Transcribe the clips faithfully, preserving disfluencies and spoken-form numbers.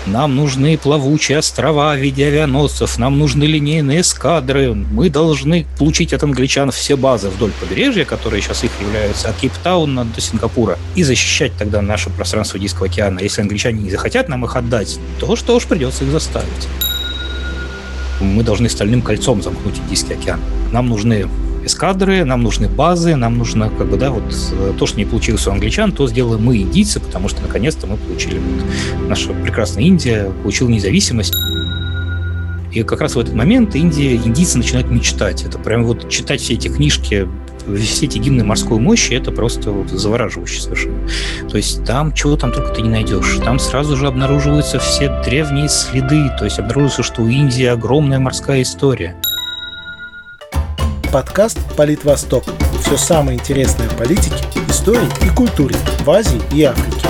нам нужны плавучие острова в виде авианосцев, нам нужны линейные эскадры, мы должны получить от англичан все базы вдоль побережья, которые сейчас их являются, от Кейптауна до Сингапура, и защищать тогда наше пространство Индийского океана. Если англичане не захотят нам их отдать, то что уж, придется их заставить. Мы должны стальным кольцом замкнуть Индийский океан. Нам нужны эскадры, нам нужны базы, нам нужно, как бы, да, вот то, что не получилось у англичан, то сделаем мы, индийцы, потому что наконец-то мы получили, вот, наша прекрасная Индия получила независимость. И как раз в этот момент Индия, индийцы начинают мечтать. Это прям вот читать все эти книжки, все эти гимны морской мощи, это просто вот завораживающе совершенно. То есть там чего там только ты не найдешь. Там сразу же обнаруживаются все древние следы, то есть обнаруживается, что у Индии огромная морская история. Подкаст «Политвосток». Все самое интересное о политике, истории и культуре в Азии и Африке.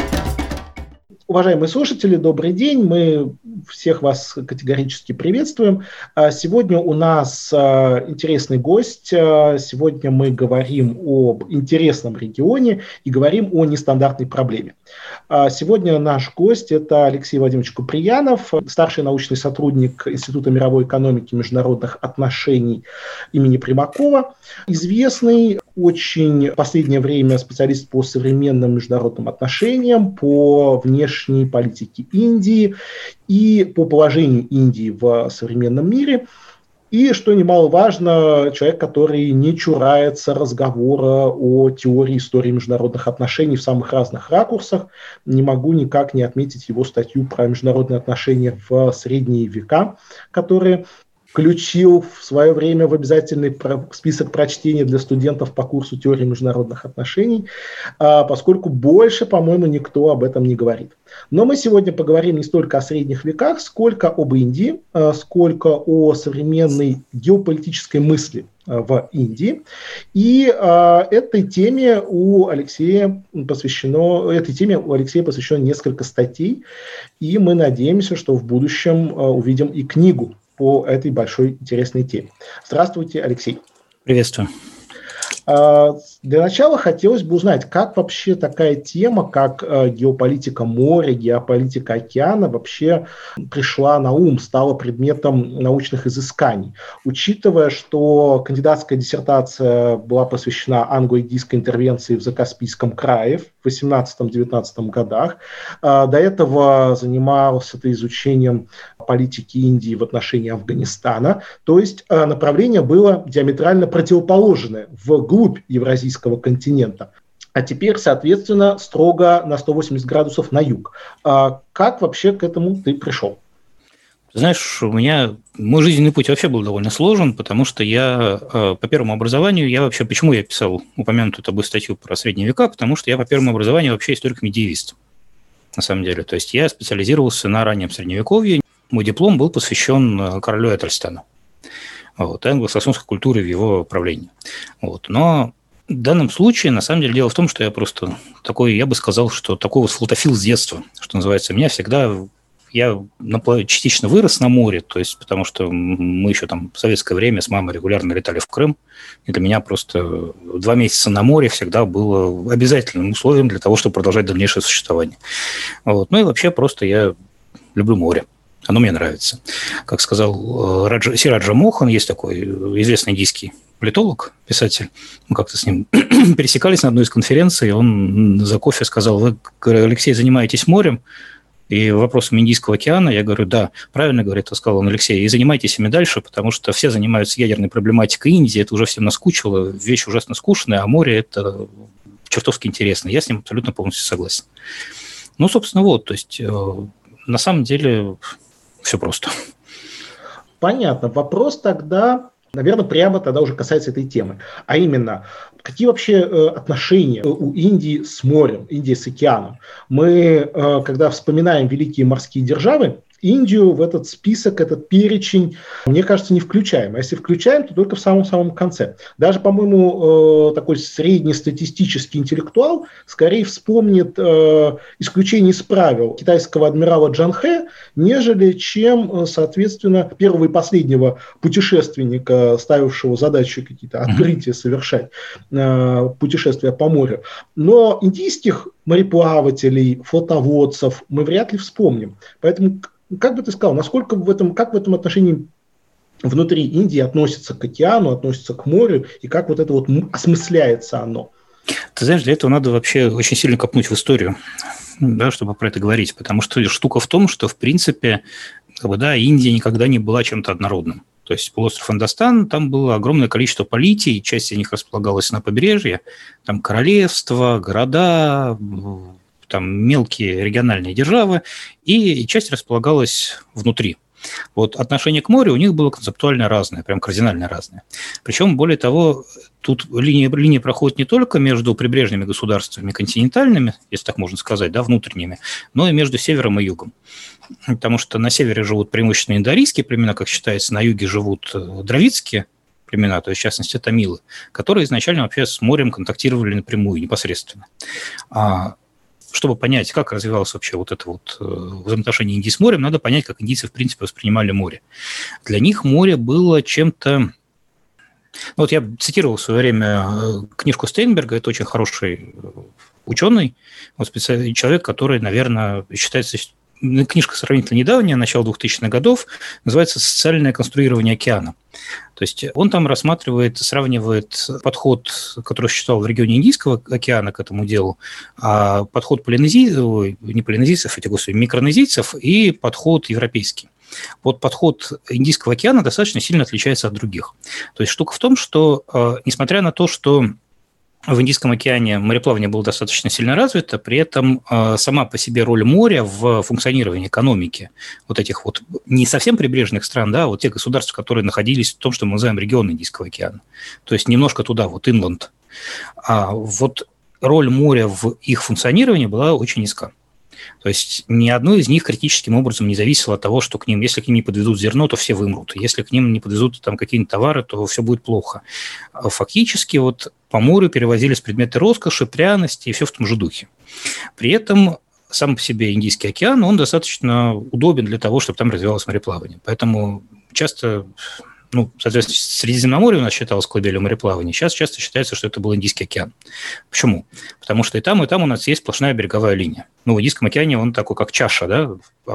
Уважаемые слушатели, добрый день. Мы всех вас категорически приветствуем. Сегодня у нас интересный гость. Сегодня мы говорим об интересном регионе и говорим о нестандартной проблеме. Сегодня наш гость – это Алексей Владимирович Куприянов, старший научный сотрудник Института мировой экономики и международных отношений имени Примакова, известный очень в последнее время специалист по современным международным отношениям, по внешней политике Индии и по положению Индии в современном мире. И, что немаловажно, человек, который не чурается разговора о теории истории международных отношений в самых разных ракурсах. Не могу никак не отметить его статью про международные отношения в средние века, которые включил в свое время в обязательный список прочтения для студентов по курсу теории международных отношений, поскольку больше, по-моему, никто об этом не говорит. Но мы сегодня поговорим не столько о средних веках, сколько об Индии, сколько о современной геополитической мысли в Индии. И этой теме у Алексея посвящено, этой теме у Алексея посвящено несколько статей, и мы надеемся, что в будущем увидим и книгу по этой большой интересной теме. Здравствуйте, Алексей. Приветствую. Для начала хотелось бы узнать, как вообще такая тема, как геополитика моря, геополитика океана вообще пришла на ум, стала предметом научных изысканий, учитывая, что кандидатская диссертация была посвящена англо-индийской интервенции в Закаспийском крае в восемнадцатом-девятнадцатом годах. До этого занимался ты изучением политики Индии в отношении Афганистана, то есть направление было диаметрально противоположное вглубь евразийского континента. А теперь, соответственно, строго на сто восемьдесят градусов на юг. А как вообще к этому ты пришел? Знаешь, у меня мой жизненный путь вообще был довольно сложен, потому что я по первому образованию, я вообще, почему я писал упомянутую тобой статью про средние века, потому что я по первому образованию вообще историк-медиевист, на самом деле. То есть я специализировался на раннем средневековье, мой диплом был посвящен королю Этельстану, вот, и англосаксонской культуре в его правлении. Вот. Но в данном случае, на самом деле, дело в том, что я просто такой, я бы сказал, что такой вот флотофил с детства, что называется. Меня всегда, я частично вырос на море, то есть потому что мы еще там в советское время с мамой регулярно летали в Крым, и для меня просто два месяца на море всегда было обязательным условием для того, чтобы продолжать дальнейшее существование. Вот. Ну и вообще просто я люблю море. Оно мне нравится. Как сказал Раджа, Сираджа Мохан, есть такой известный индийский политолог, писатель. Мы как-то с ним пересекались на одной из конференций, и он за кофе сказал: вы, Алексей, занимаетесь морем и вопросом Индийского океана? Я говорю: да, правильно говорит, сказал он, Алексей, и занимайтесь ими дальше, потому что все занимаются ядерной проблематикой Индии, это уже всем наскучило, вещь ужасно скучная, а море – это чертовски интересно. Я с ним абсолютно полностью согласен. Ну, собственно, вот, то есть на самом деле все просто. Понятно. Вопрос тогда, наверное, прямо тогда уже касается этой темы. А именно, какие вообще э, отношения у Индии с морем, Индии с океаном? Мы, э, когда вспоминаем великие морские державы, Индию в этот список, этот перечень, мне кажется, не включаем. А если включаем, то только в самом-самом конце. Даже, по-моему, такой среднестатистический интеллектуал скорее вспомнит исключение из правил китайского адмирала Джан Хэ, нежели чем, соответственно, первого и последнего путешественника, ставившего задачу какие-то открытия совершать, путешествия по морю. Но индийских мореплавателей, флотоводцев мы вряд ли вспомним. Поэтому, как бы ты сказал, насколько в этом, как в этом отношении внутри Индии относится к океану, относится к морю, и как вот это вот осмысляется оно? Ты знаешь, для этого надо вообще очень сильно копнуть в историю, да, чтобы про это говорить, потому что штука в том, что, в принципе, как бы, да, Индия никогда не была чем-то однородным. То есть полуостров Индостан, там было огромное количество политий, часть из них располагалась на побережье, там королевства, города, там мелкие региональные державы, и часть располагалась внутри. Вот отношение к морю у них было концептуально разное, прям кардинально разное. Причем, более того, тут линия, линия проходит не только между прибрежными государствами, континентальными, если так можно сказать, да, внутренними, но и между севером и югом. Потому что на севере живут преимущественно индоарийские племена, как считается, на юге живут дравидские племена, то есть, в частности, тамилы, которые изначально вообще с морем контактировали напрямую, непосредственно. Чтобы понять, как развивалось вообще вот это вот взаимоотношение Индии с морем, надо понять, как индийцы, в принципе, воспринимали море. Для них море было чем-то... Ну, вот я цитировал в свое время книжку Стейнберга, это очень хороший ученый, вот специальный человек, который, наверное, считается... Книжка сравнительно недавняя, начало двухтысячных годов, называется «Социальное конструирование океана». То есть он там рассматривает, сравнивает подход, который существовал в регионе Индийского океана к этому делу, а подход полинезийцев, не полинезийцев, эти, господи, микронезийцев и подход европейский. Вот подход Индийского океана достаточно сильно отличается от других. То есть штука в том, что несмотря на то, что в Индийском океане мореплавание было достаточно сильно развито, при этом э, сама по себе роль моря в функционировании экономики вот этих вот не совсем прибрежных стран, да, а вот тех государств, которые находились в том, что мы называем регион Индийского океана, то есть немножко туда, вот инланд, а вот роль моря в их функционировании была очень низка. То есть ни одно из них критическим образом не зависело от того, что к ним, если к ним не подвезут зерно, то все вымрут. Если к ним не подвезут там какие-нибудь товары, то все будет плохо. Фактически вот по морю перевозились предметы роскоши, пряности и все в том же духе. При этом сам по себе Индийский океан, он достаточно удобен для того, чтобы там развивалось мореплавание. Поэтому часто... Ну, соответственно, Средиземноморье у нас считалось колыбелью мореплавания. Сейчас часто считается, что это был Индийский океан. Почему? Потому что и там, и там у нас есть сплошная береговая линия. Ну, в Индийском океане он такой, как чаша, да,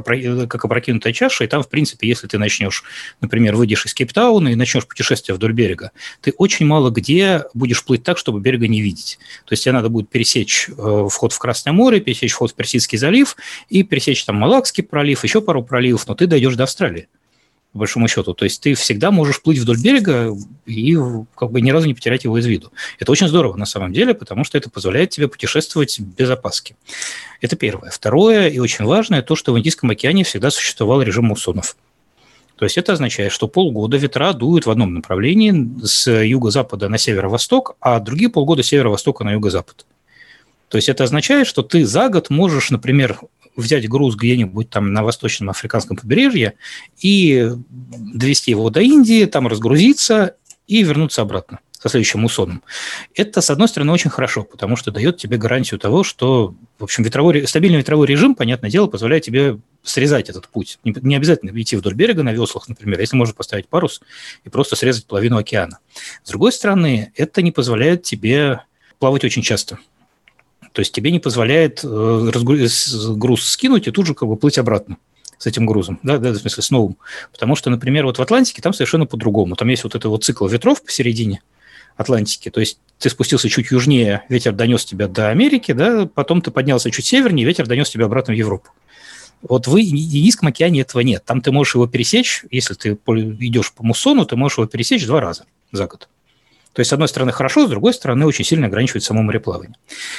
как опрокинутая чаша, и там, в принципе, если ты начнешь, например, выйдешь из Кейптауна и начнешь путешествие вдоль берега, ты очень мало где будешь плыть так, чтобы берега не видеть. То есть тебе надо будет пересечь вход в Красное море, пересечь вход в Персидский залив и пересечь там Малакский пролив, еще пару проливов, но ты дойдешь до Австралии. По большому счету. То есть ты всегда можешь плыть вдоль берега и как бы ни разу не потерять его из виду. Это очень здорово на самом деле, потому что это позволяет тебе путешествовать без опаски. Это первое. Второе и очень важное, то, что в Индийском океане всегда существовал режим муссонов. То есть это означает, что полгода ветра дуют в одном направлении с юго-запада на северо-восток, а другие полгода с северо-востока на юго-запад. То есть это означает, что ты за год можешь, например, взять груз где-нибудь там на восточном африканском побережье и довести его до Индии, там разгрузиться и вернуться обратно со следующим муссоном. Это, с одной стороны, очень хорошо, потому что дает тебе гарантию того, что, в общем, ветровой, стабильный ветровой режим, понятное дело, позволяет тебе срезать этот путь. Не, не обязательно идти вдоль берега на веслах, например, если можно поставить парус и просто срезать половину океана. С другой стороны, это не позволяет тебе плавать очень часто. То есть тебе не позволяет э, груз скинуть и тут же как бы плыть обратно с этим грузом, да, да, в смысле с новым. Потому что, например, вот в Атлантике там совершенно по-другому. Там есть вот этот вот цикл ветров посередине Атлантики. То есть ты спустился чуть южнее, ветер донес тебя до Америки, да, потом ты поднялся чуть севернее, ветер донес тебя обратно в Европу. Вот в Индийском океане этого нет. Там ты можешь его пересечь, если ты идешь по муссону, ты можешь его пересечь два раза за год. То есть, с одной стороны, хорошо, с другой стороны, очень сильно ограничивает само мореплавание.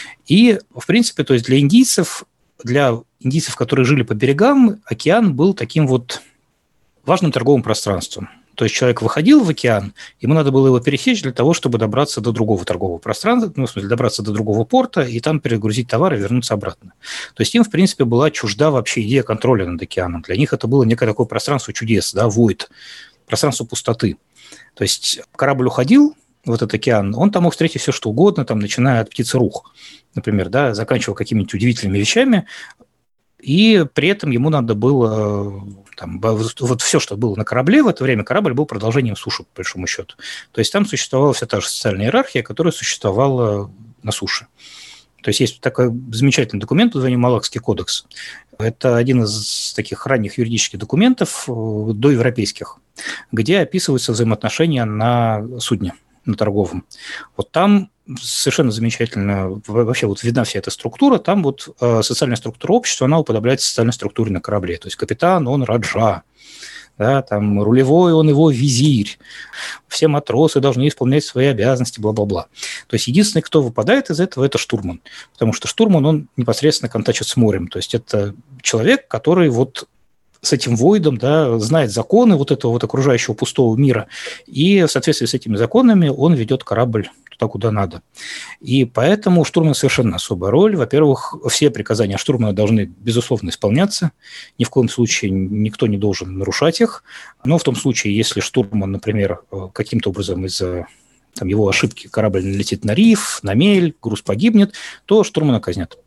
И, в принципе, то есть для индийцев, для индийцев, которые жили по берегам, океан был таким вот важным торговым пространством. То есть человек выходил в океан, ему надо было его пересечь для того, чтобы добраться до другого торгового пространства, ну, в смысле, добраться до другого порта и там перегрузить товар и вернуться обратно. То есть им, в принципе, была чужда вообще идея контроля над океаном. Для них это было некое такое пространство чудес, да, void, пространство пустоты. То есть корабль уходил в этот океан, он там мог встретить все, что угодно, там, начиная от птицы-рух, например, да, заканчивая какими-нибудь удивительными вещами, и при этом ему надо было... Там, вот все, что было на корабле в это время, корабль был продолжением суши, по большому счету. То есть там существовала вся та же социальная иерархия, которая существовала на суше. То есть есть такой замечательный документ под названием Малакский кодекс. Это один из таких ранних юридических документов, доевропейских, где описываются взаимоотношения на судне, на торговом. Вот там совершенно замечательно вообще вот видна вся эта структура. Там вот э, социальная структура общества, она уподобляется социальной структуре на корабле. То есть капитан, он раджа, да, там рулевой, он его визирь. Все матросы должны исполнять свои обязанности, бла-бла-бла. То есть единственный, кто выпадает из этого, это штурман. Потому что штурман, он непосредственно контачит с морем. То есть это человек, который вот с этим войдом, да, знает законы вот этого вот окружающего пустого мира, и в соответствии с этими законами он ведет корабль туда, куда надо. И поэтому у штурмана совершенно особая роль. Во-первых, все приказания штурмана должны, безусловно, исполняться. Ни в коем случае никто не должен нарушать их. Но в том случае, если штурман, например, каким-то образом из-за там, его ошибки корабль налетит на риф, на мель, груз погибнет, то штурмана казнят.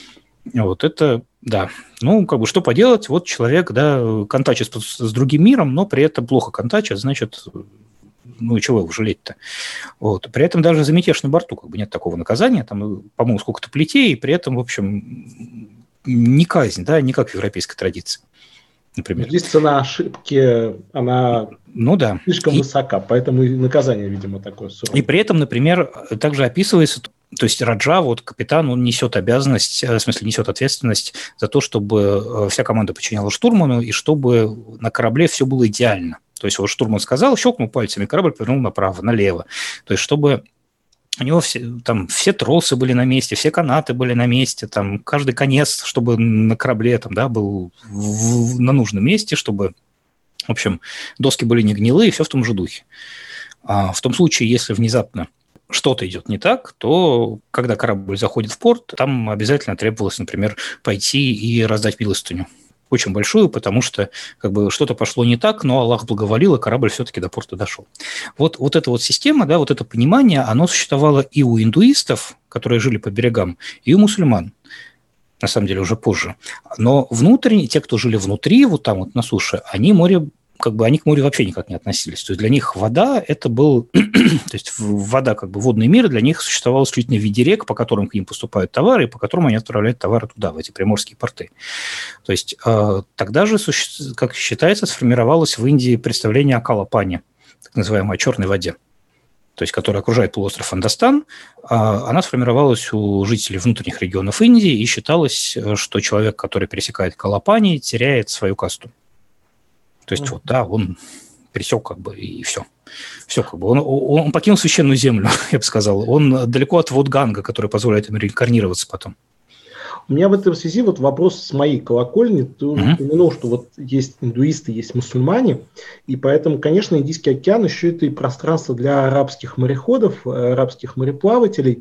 Вот это, да. Ну, как бы, что поделать? Вот человек, да, контачит с другим миром, но при этом плохо контачит, значит, ну, чего его жалеть-то? Вот. При этом даже за мятеж на борту как бы нет такого наказания, там, по-моему, сколько-то плетей, и при этом, в общем, не казнь, да, не как в европейской традиции, например. Здесь цена ошибки, она ну, да. слишком и, высока, поэтому и наказание, видимо, такое суровое. И при этом, например, также описывается... То есть раджа, вот капитан, он несет обязанность, в смысле несет ответственность за то, чтобы вся команда подчинялась штурману и чтобы на корабле все было идеально. То есть вот штурман сказал, щелкнул пальцами, корабль повернул направо, налево. То есть чтобы у него все, там, все тросы были на месте, все канаты были на месте, там, каждый конец, чтобы на корабле там, да, был в, в, на нужном месте, чтобы, в общем, доски были не гнилые, все в том же духе. А в том случае, если внезапно что-то идет не так, то когда корабль заходит в порт, там обязательно требовалось, например, пойти и раздать милостыню. Очень большую, потому что как бы что-то пошло не так, но Аллах благоволил, и корабль все-таки до порта дошел. Вот, вот эта вот система, да, вот это понимание, оно существовало и у индуистов, которые жили по берегам, и у мусульман. На самом деле уже позже. Но внутренние, те, кто жили внутри, вот там вот на суше, они море как бы они к морю вообще никак не относились. То есть для них вода – это был… то есть вода, как бы водный мир, для них существовал исключительно в виде рек, по которым к ним поступают товары, и по которым они отправляют товары туда, в эти приморские порты. То есть э, тогда же, как считается, сформировалось в Индии представление о Калапане, так называемой о черной воде, то есть которая окружает полуостров Андастан. Она сформировалась у жителей внутренних регионов Индии, и считалось, что человек, который пересекает Калапани, теряет свою касту. То есть, mm-hmm. вот, да, он пересек, как бы, и все. Все, как бы, он, он покинул священную землю, я бы сказал. Он далеко от вод Ганга, который позволяет ему реинкарнироваться потом. У меня в этом связи вот вопрос с моей колокольни. Ты уже упомянул, что вот есть индуисты, есть мусульмане, и поэтому, конечно, Индийский океан еще это и пространство для арабских мореходов, арабских мореплавателей.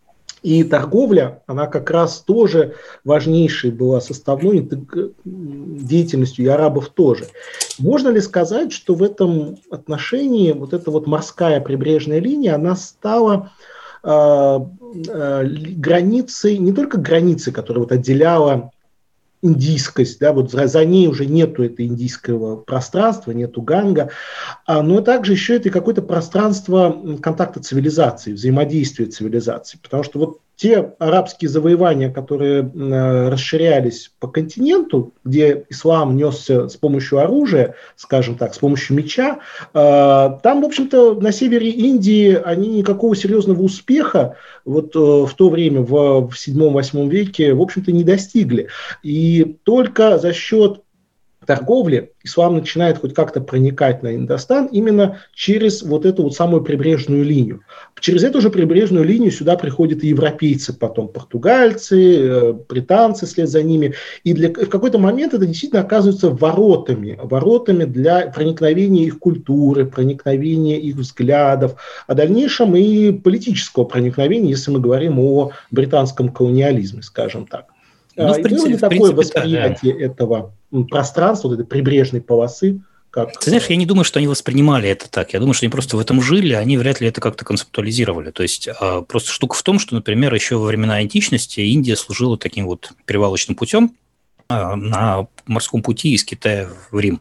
И торговля, она как раз тоже важнейшей была составной деятельностью, и арабов тоже. Можно ли сказать, что в этом отношении вот эта вот морская прибрежная линия, она стала э, э, границей, не только границей, которая вот отделяла индийскость, да, вот за, за ней уже нету этого индийского пространства, нету Ганга, а, но также еще это какое-то пространство контакта цивилизаций, взаимодействия цивилизаций, потому что вот те арабские завоевания, которые э, расширялись по континенту, где ислам несся с помощью оружия, скажем так, с помощью меча, э, там, в общем-то, на севере Индии они никакого серьезного успеха вот э, в то время, в, в седьмом-восьмом веке, в общем-то, не достигли. И только за счет торговли ислам начинает хоть как-то проникать на Индостан именно через вот эту вот самую прибрежную линию. Через эту же прибрежную линию сюда приходят и европейцы, потом португальцы, британцы вслед за ними. И для, в какой-то момент это действительно оказывается воротами, воротами для проникновения их культуры, проникновения их взглядов, а в дальнейшем и политического проникновения, если мы говорим о британском колониализме, скажем так. Ну, в принципе, было ли такое принципе, восприятие да. этого пространства, вот этой прибрежной полосы? Как... Ты знаешь, я не думаю, что они воспринимали это так. Я думаю, что они просто в этом жили, они вряд ли это как-то концептуализировали. То есть а, просто штука в том, что, например, еще во времена античности Индия служила таким вот перевалочным путем а, на морском пути из Китая в Рим.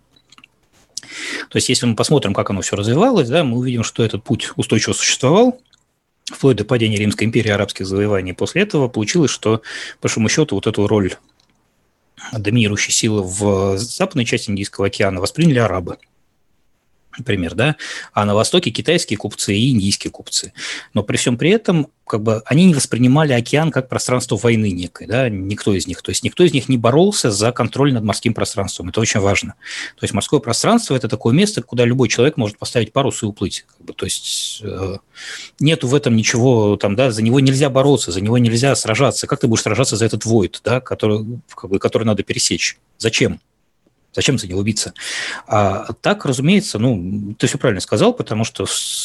То есть если мы посмотрим, как оно все развивалось, да, мы увидим, что этот путь устойчиво существовал, вплоть до падения Римской империи, арабских завоеваний. После этого получилось, что, по большому счету, вот эту роль доминирующей силы в западной части Индийского океана восприняли арабы, например, да, а на востоке китайские купцы и индийские купцы. Но при всем при этом, как бы, они не воспринимали океан как пространство войны некой, да, никто из них. То есть никто из них не боролся за контроль над морским пространством. Это очень важно. То есть морское пространство – это такое место, куда любой человек может поставить парус и уплыть. Как бы, то есть э, нету в этом ничего, там, да, за него нельзя бороться, за него нельзя сражаться. Как ты будешь сражаться за этот void, да, который, как бы, который надо пересечь? Зачем? Зачем за него биться? А так, разумеется, ну, ты все правильно сказал, потому что,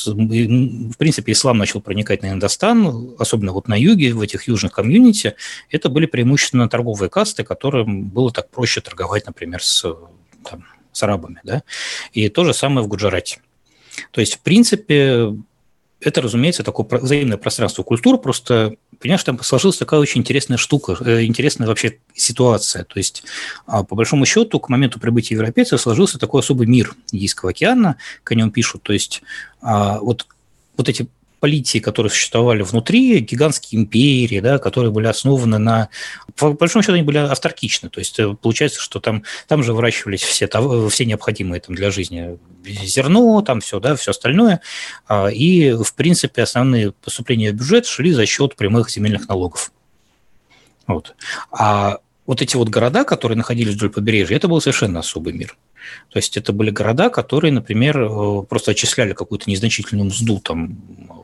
в принципе, ислам начал проникать на Индостан, особенно вот на юге, в этих южных комьюнити. Это были преимущественно торговые касты, которым было так проще торговать, например, с, там, с арабами. Да? И то же самое в Гуджарате. То есть, в принципе, это, разумеется, такое взаимное пространство культур, просто, понимаешь, там сложилась такая очень интересная штука, интересная вообще ситуация. То есть, по большому счету, к моменту прибытия европейцев сложился такой особый мир Индийского океана, к нему пишут. То есть, вот, вот эти политии, которые существовали внутри, гигантские империи, да, которые были основаны на... По большому счету, они были авторкичны. То есть, получается, что там, там же выращивались все, все необходимые там, для жизни зерно, там все, да, все остальное. И, в принципе, основные поступления в бюджет шли за счет прямых земельных налогов. Вот. А вот эти вот города, которые находились вдоль побережья, это был совершенно особый мир. То есть это были города, которые, например, просто отчисляли какую-то незначительную мзду там,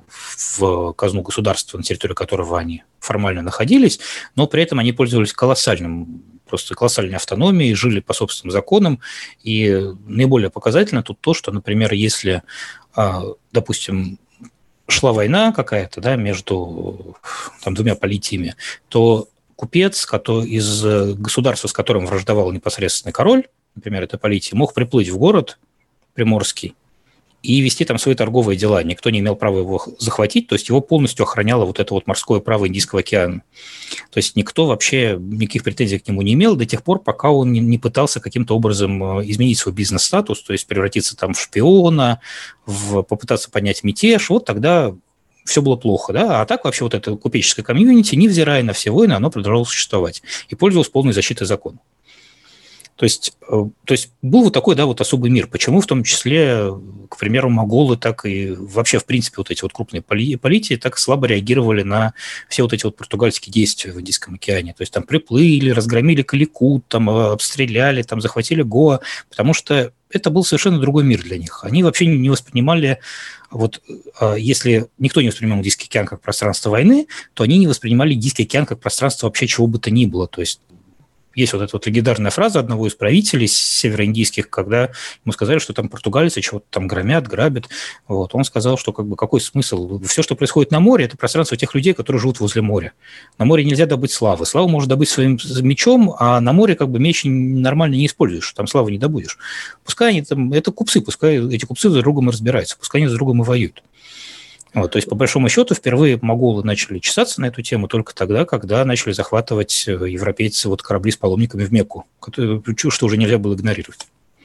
в казну государства, на территории которого они формально находились, но при этом они пользовались колоссальным, просто колоссальной автономией, жили по собственным законам. И наиболее показательно тут то, что, например, если, допустим, шла война какая-то, да, между там, двумя политиями, то купец который, из государства, с которым враждовал непосредственно король, например, этой политии, мог приплыть в город приморский и вести там свои торговые дела. Никто не имел права его захватить, то есть его полностью охраняло вот это вот морское право Индийского океана. То есть никто вообще никаких претензий к нему не имел до тех пор, пока он не пытался каким-то образом изменить свой бизнес-статус, то есть превратиться там в шпиона, в, попытаться поднять мятеж. Вот тогда все было плохо, да, а так вообще вот это купеческое комьюнити, невзирая на все войны, оно продолжало существовать и пользовалось полной защитой закона. То есть, то есть был вот такой, да, вот особый мир. Почему в том числе, к примеру, моголы так и вообще, в принципе, вот эти вот крупные политии так слабо реагировали на все вот эти вот португальские действия в Индийском океане. То есть там приплыли, разгромили Каликут, там обстреляли, там захватили Гоа, потому что это был совершенно другой мир для них. Они вообще не воспринимали, вот если никто не воспринимал Индийский океан как пространство войны, то они не воспринимали Индийский океан как пространство вообще чего бы то ни было. То есть есть вот эта вот легендарная фраза одного из правителей североиндийских, когда ему сказали, что там португальцы чего-то там громят, грабят. Вот. Он сказал, что как бы какой смысл? Все, что происходит на море, это пространство тех людей, которые живут возле моря. На море нельзя добыть славы. Славу можно добыть своим мечом, а на море как бы меч нормально не используешь, там славы не добудешь. Пускай они там, это купцы, пускай эти купцы друг с другом и разбираются, пускай они с другом и воюют. Вот, то есть, по большому счету, впервые моголы начали чесаться на эту тему только тогда, когда начали захватывать европейцы вот корабли с паломниками в Мекку, что уже нельзя было игнорировать.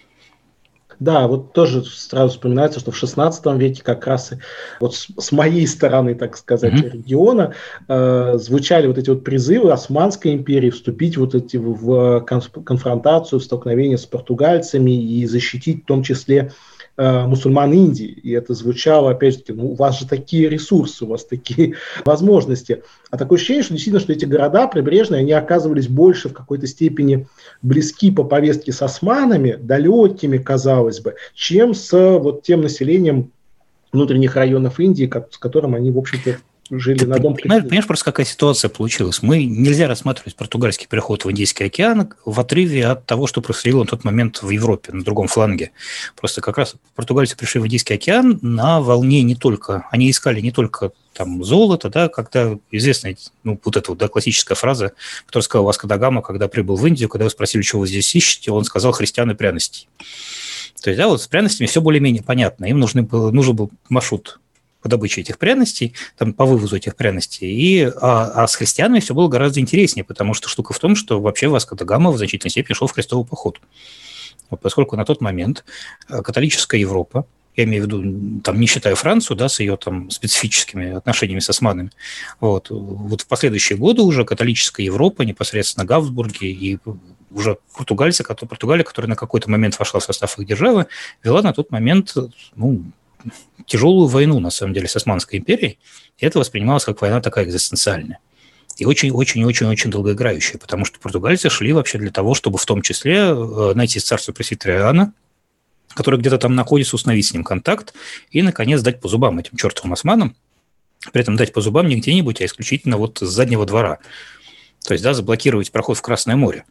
Да, вот тоже сразу вспоминается, что в шестнадцатом веке как раз вот с, с моей стороны, так сказать, mm-hmm. региона э, звучали вот эти вот призывы Османской империи вступить вот эти в конфронтацию, в столкновение с португальцами и защитить в том числе э, мусульман Индии. И это звучало, опять же, ну, у вас же такие ресурсы, у вас такие возможности. А такое ощущение, что действительно, что эти города прибрежные, они оказывались больше в какой-то степени близки по повестке с османами, далекими, казалось бы, чем с вот тем населением внутренних районов Индии, с которым они, в общем-то, жили Ты на одном понимаешь, понимаешь, просто какая ситуация получилась? Мы нельзя рассматривать португальский переход в Индийский океан в отрыве от того, что происходило на тот момент в Европе, на другом фланге. Просто как раз португальцы пришли в Индийский океан на волне не только... Они искали не только там золото, да, когда известная, ну, вот эта вот, да, классическая фраза, которую сказал Васко да Гама, когда прибыл в Индию, когда его спросили, что вы здесь ищете, он сказал христиан и пряностей. То есть, да, вот с пряностями все более-менее понятно. Им нужны был, нужен был маршрут по добыче этих пряностей, там, по вывозу этих пряностей. И, а, а с христианами все было гораздо интереснее, потому что штука в том, что вообще Васко да Гама в значительной степени шел в крестовый поход. Вот поскольку на тот момент католическая Европа, я имею в виду, там, не считая Францию, да, с ее там специфическими отношениями с османами, вот, вот в последующие годы уже католическая Европа, непосредственно Габсбурги и уже португальцы, Португалия, которая на какой-то момент вошла в состав их державы, вела на тот момент, ну, тяжелую войну, на самом деле, с Османской империей, и это воспринималось как война такая экзистенциальная. И очень-очень-очень-очень долгоиграющая, потому что португальцы шли вообще для того, чтобы в том числе найти царство пресвитера Иоанна, который где-то там находится, установить с ним контакт и, наконец, дать по зубам этим чертовым османам, при этом дать по зубам не где-нибудь, а исключительно вот с заднего двора. То есть, да, заблокировать проход в Красное море.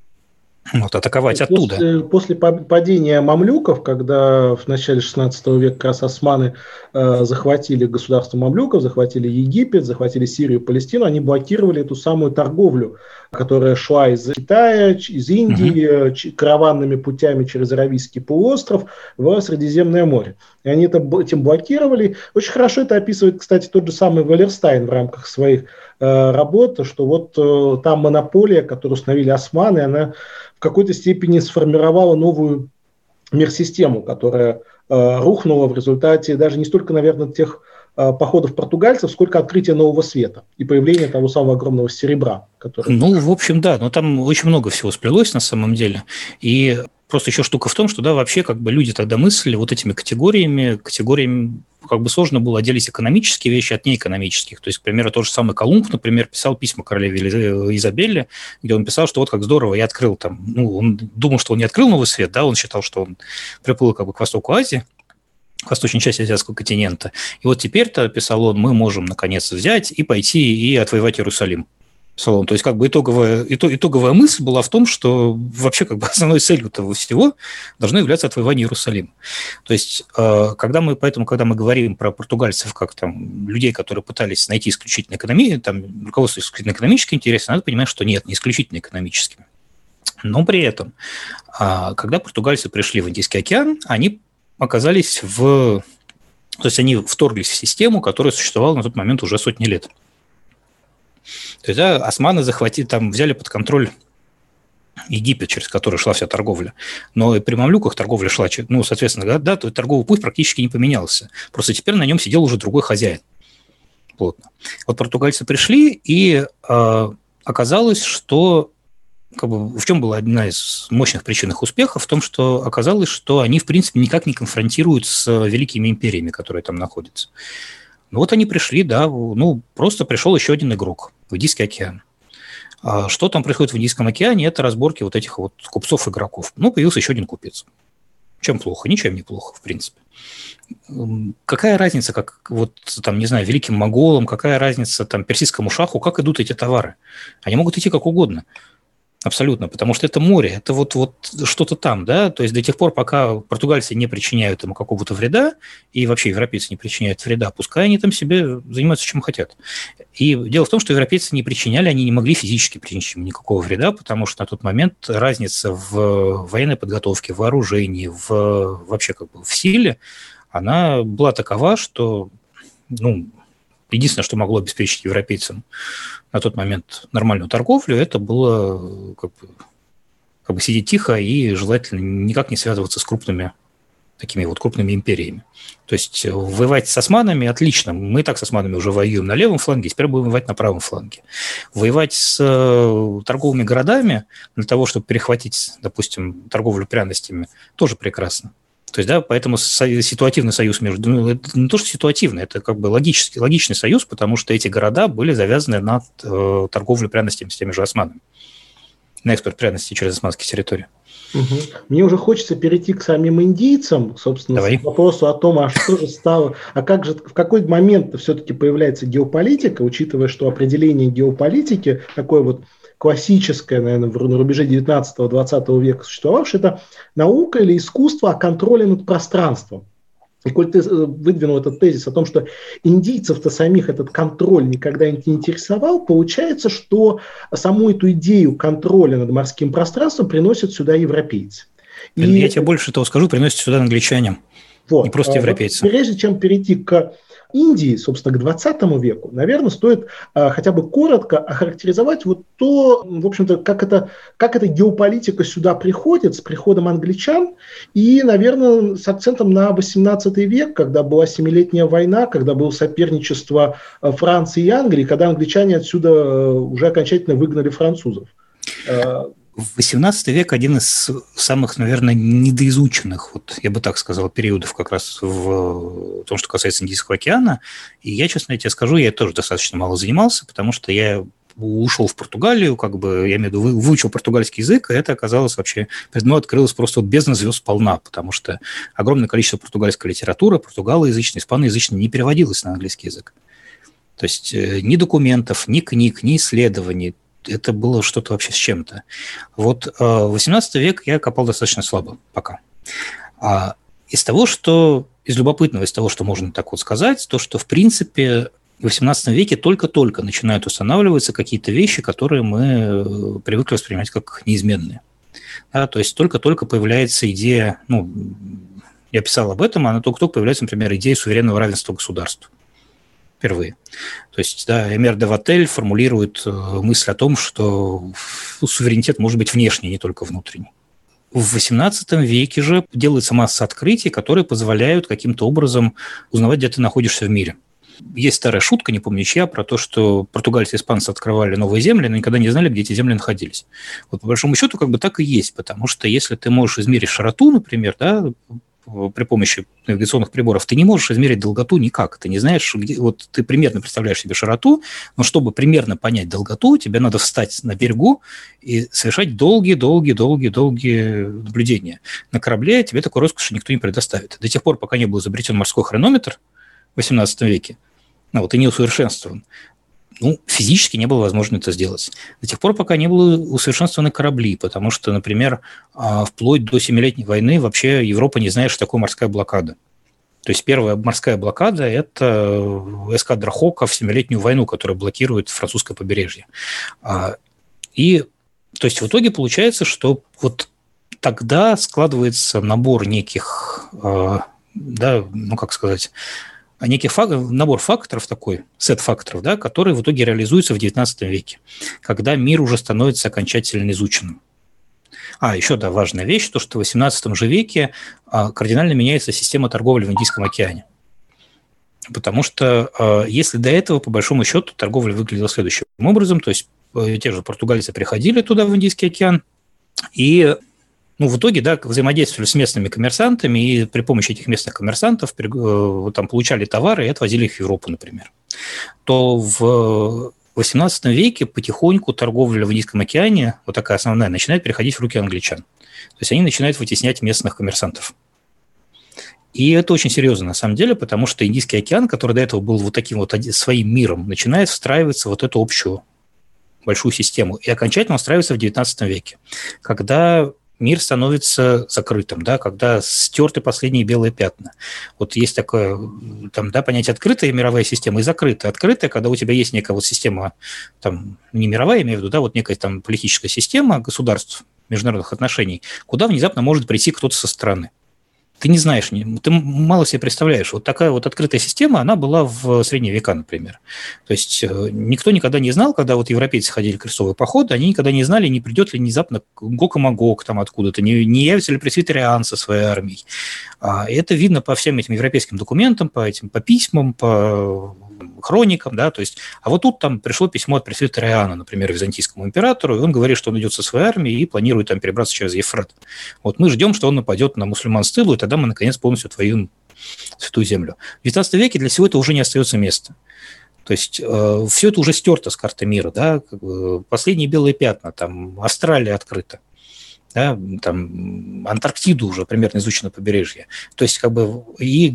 Вот, атаковать оттуда. После, после падения мамлюков, когда в начале шестнадцатого века как раз османы э, захватили государство мамлюков, захватили Египет, захватили Сирию, Палестину, они блокировали эту самую торговлю, которая шла из Китая, из Индии, угу. караванными путями через Аравийский полуостров в Средиземное море. И они это, этим блокировали. Очень хорошо это описывает, кстати, тот же самый Валерстайн в рамках своих э, работ, что вот э, та монополия, которую установили османы, она в какой-то степени сформировала новую мир-систему, которая э, рухнула в результате даже не столько, наверное, тех э, походов португальцев, сколько открытия нового света и появления того самого огромного серебра. Который... Ну, в общем, да, но там очень много всего сплелось на самом деле. И просто еще штука в том, что, да, вообще как бы люди тогда мыслили вот этими категориями, категориями как бы сложно было отделить экономические вещи от неэкономических. То есть, к примеру, тот же самый Колумб, например, писал письма королеве Изабелле, где он писал, что вот как здорово, я открыл там, ну, он думал, что он не открыл новый свет, да, он считал, что он приплыл как бы к востоку Азии, к восточной части азиатского континента. И вот теперь-то, писал он, мы можем наконец взять и пойти и отвоевать Иерусалим. Салон. То есть, как бы итоговая, итоговая мысль была в том, что вообще как бы основной целью этого всего должно являться отвоевание Иерусалима. То есть, когда мы, поэтому, когда мы говорим про португальцев как там людей, которые пытались найти исключительно экономию, там, руководство исключительно экономические интересы, надо понимать, что нет, не исключительно экономическими. Но при этом, когда португальцы пришли в Индийский океан, они оказались в... То есть, они вторглись в систему, которая существовала на тот момент уже сотни лет. То есть, да, османы захватили, там, взяли под контроль Египет, через который шла вся торговля. Но и при мамлюках торговля шла, ну, соответственно, да, да, то торговый путь практически не поменялся. Просто теперь на нем сидел уже другой хозяин. Плотно. Вот португальцы пришли, и э, оказалось, что как бы, в чем была одна из мощных причин их успеха? В том, что оказалось, что они, в принципе, никак не конфронтируют с великими империями, которые там находятся. Ну вот они пришли, да, ну просто пришел еще один игрок в Индийский океан. А что там происходит в Индийском океане? Это разборки вот этих вот купцов-игроков. Ну, появился еще один купец. Чем плохо? Ничем не плохо, в принципе. Какая разница, как вот там, не знаю, великим моголам, какая разница там персидскому шаху, как идут эти товары? Они могут идти как угодно. Абсолютно, потому что это море, это вот, вот что-то там, да, то есть до тех пор, пока португальцы не причиняют ему какого-то вреда, и вообще европейцы не причиняют вреда, пускай они там себе занимаются чем хотят. И дело в том, что европейцы не причиняли, они не могли физически причинить ему никакого вреда, потому что на тот момент разница в военной подготовке, в вооружении, в, вообще как бы в силе, она была такова, что, ну, единственное, что могло обеспечить европейцам на тот момент нормальную торговлю, это было как бы, как бы сидеть тихо и желательно никак не связываться с крупными такими вот крупными империями. То есть воевать с османами отлично. Мы и так с османами уже воюем на левом фланге, теперь будем воевать на правом фланге. Воевать с торговыми городами для того, чтобы перехватить, допустим, торговлю пряностями, тоже прекрасно. То есть, да, поэтому ситуативный союз между... Ну, это не то, что ситуативный, это как бы логический, логичный союз, потому что эти города были завязаны на э, торговлю пряностями с теми же османами, на экспорт пряностей через османские территории. Угу. Мне уже хочется перейти к самим индийцам, собственно, Давай. к вопросу о том, а что же стало, а как же, в какой момент все-таки появляется геополитика, учитывая, что определение геополитики, такое вот классическое, наверное, на рубеже девятнадцатого-двадцатого века существовавшее, это наука или искусство о контроле над пространством. И коль ты выдвинул этот тезис о том, что индийцев-то самих этот контроль никогда не интересовал, получается, что саму эту идею контроля над морским пространством приносят сюда европейцы. И... Я тебе больше того скажу, приносят сюда англичане, вот. Не просто европейцы. Вот прежде чем перейти к Индии, собственно, к двадцатому веку, наверное, стоит а, хотя бы коротко охарактеризовать вот то, в общем-то, как это, как эта геополитика сюда приходит с приходом англичан и, наверное, с акцентом на восемнадцатый век, когда была Семилетняя война, когда было соперничество Франции и Англии, когда англичане отсюда уже окончательно выгнали французов. восемнадцатый век один из самых, наверное, недоизученных, вот я бы так сказал, периодов как раз в том, что касается Индийского океана. И я, честно тебе скажу, я тоже достаточно мало занимался, потому что я ушел в Португалию, как бы, я имею в виду, выучил португальский язык, и это оказалось вообще, перед мной открылось просто вот бездна звезд полна, потому что огромное количество португальской литературы, португалоязычной, испаноязычной, не переводилось на английский язык. То есть ни документов, ни книг, ни исследований. Это было что-то вообще с чем-то. Вот восемнадцатый век я копал достаточно слабо пока. А из того, что, из любопытного, из того, что можно так вот сказать, то, что, в принципе, в восемнадцатом веке только-только начинают устанавливаться какие-то вещи, которые мы привыкли воспринимать как неизменные. Да, то есть только-только появляется идея, ну, я писал об этом, она только-только появляется, например, идея суверенного равенства государств. Впервые. То есть, да, Эмер де Ваттель формулирует мысль о том, что суверенитет может быть внешний, не только внутренний. В восемнадцатом веке же делается масса открытий, которые позволяют каким-то образом узнавать, где ты находишься в мире. Есть старая шутка, не помню чья, про то, что португальцы и испанцы открывали новые земли, но никогда не знали, где эти земли находились. Вот по большому счету как бы так и есть, потому что если ты можешь измерить широту, например, да, при помощи навигационных приборов, ты не можешь измерить долготу никак. Ты не знаешь, где... Вот ты примерно представляешь себе широту, но чтобы примерно понять долготу, тебе надо встать на берегу и совершать долгие-долгие-долгие-долгие наблюдения. На корабле тебе такой роскоши никто не предоставит. До тех пор, пока не был изобретен морской хронометр в восемнадцатом веке, ну, вот и не усовершенствован, ну, физически не было возможно это сделать. До тех пор, пока не были усовершенствованы корабли, потому что, например, вплоть до Семилетней войны вообще Европа не знает, что такое морская блокада. То есть первая морская блокада – это эскадра Хока в Семилетнюю войну, которая блокирует французское побережье. И, то есть, в итоге получается, что вот тогда складывается набор неких, да, ну, как сказать, некий фак, набор факторов такой, сет факторов, да, который в итоге реализуется в девятнадцатом веке, когда мир уже становится окончательно изученным. А, еще, да, важная вещь, то, что в восемнадцатом же веке кардинально меняется система торговли в Индийском океане. Потому что если до этого, по большому счету, торговля выглядела следующим образом, то есть те же португальцы приходили туда, в Индийский океан, и ну, в итоге, да, взаимодействовали с местными коммерсантами, и при помощи этих местных коммерсантов там, получали товары и отвозили их в Европу, например. То в восемнадцатом веке потихоньку торговля в Индийском океане, вот такая основная, начинает переходить в руки англичан. То есть они начинают вытеснять местных коммерсантов. И это очень серьезно, на самом деле, потому что Индийский океан, который до этого был вот таким вот своим миром, начинает встраиваться в вот эту общую большую систему. И окончательно встраивается в девятнадцатом веке, когда мир становится закрытым, да, когда стерты последние белые пятна. Вот есть такое там, да, понятие открытая мировая система и закрытая. Открытая, когда у тебя есть некая вот система, там, не мировая, имею в виду, да, вот некая там политическая система государств, международных отношений, куда внезапно может прийти кто-то со стороны. Ты не знаешь, ты мало себе представляешь. Вот такая вот открытая система, она была в средние века, например. То есть никто никогда не знал, когда вот европейцы ходили в крестовый поход, они никогда не знали, не придет ли внезапно Гог и Магог там откуда-то, не, не явится ли пресвитериан со своей армией. А это видно по всем этим европейским документам, по этим, по письмам, по хроникам, да, то есть, а вот тут там пришло письмо от пресвитера Иоанна, например, византийскому императору, и он говорит, что он идет со своей армией и планирует там перебраться через Ефрат. Вот мы ждем, что он нападет на мусульман с тылу, и тогда мы, наконец, полностью отвоюем Святую Землю. В девятнадцатом веке для всего этого уже не остается места. То есть э, все это уже стерто с карты мира, да, как бы последние белые пятна, там Австралия открыта, да, там Антарктиду уже примерно изучено побережье. То есть как бы и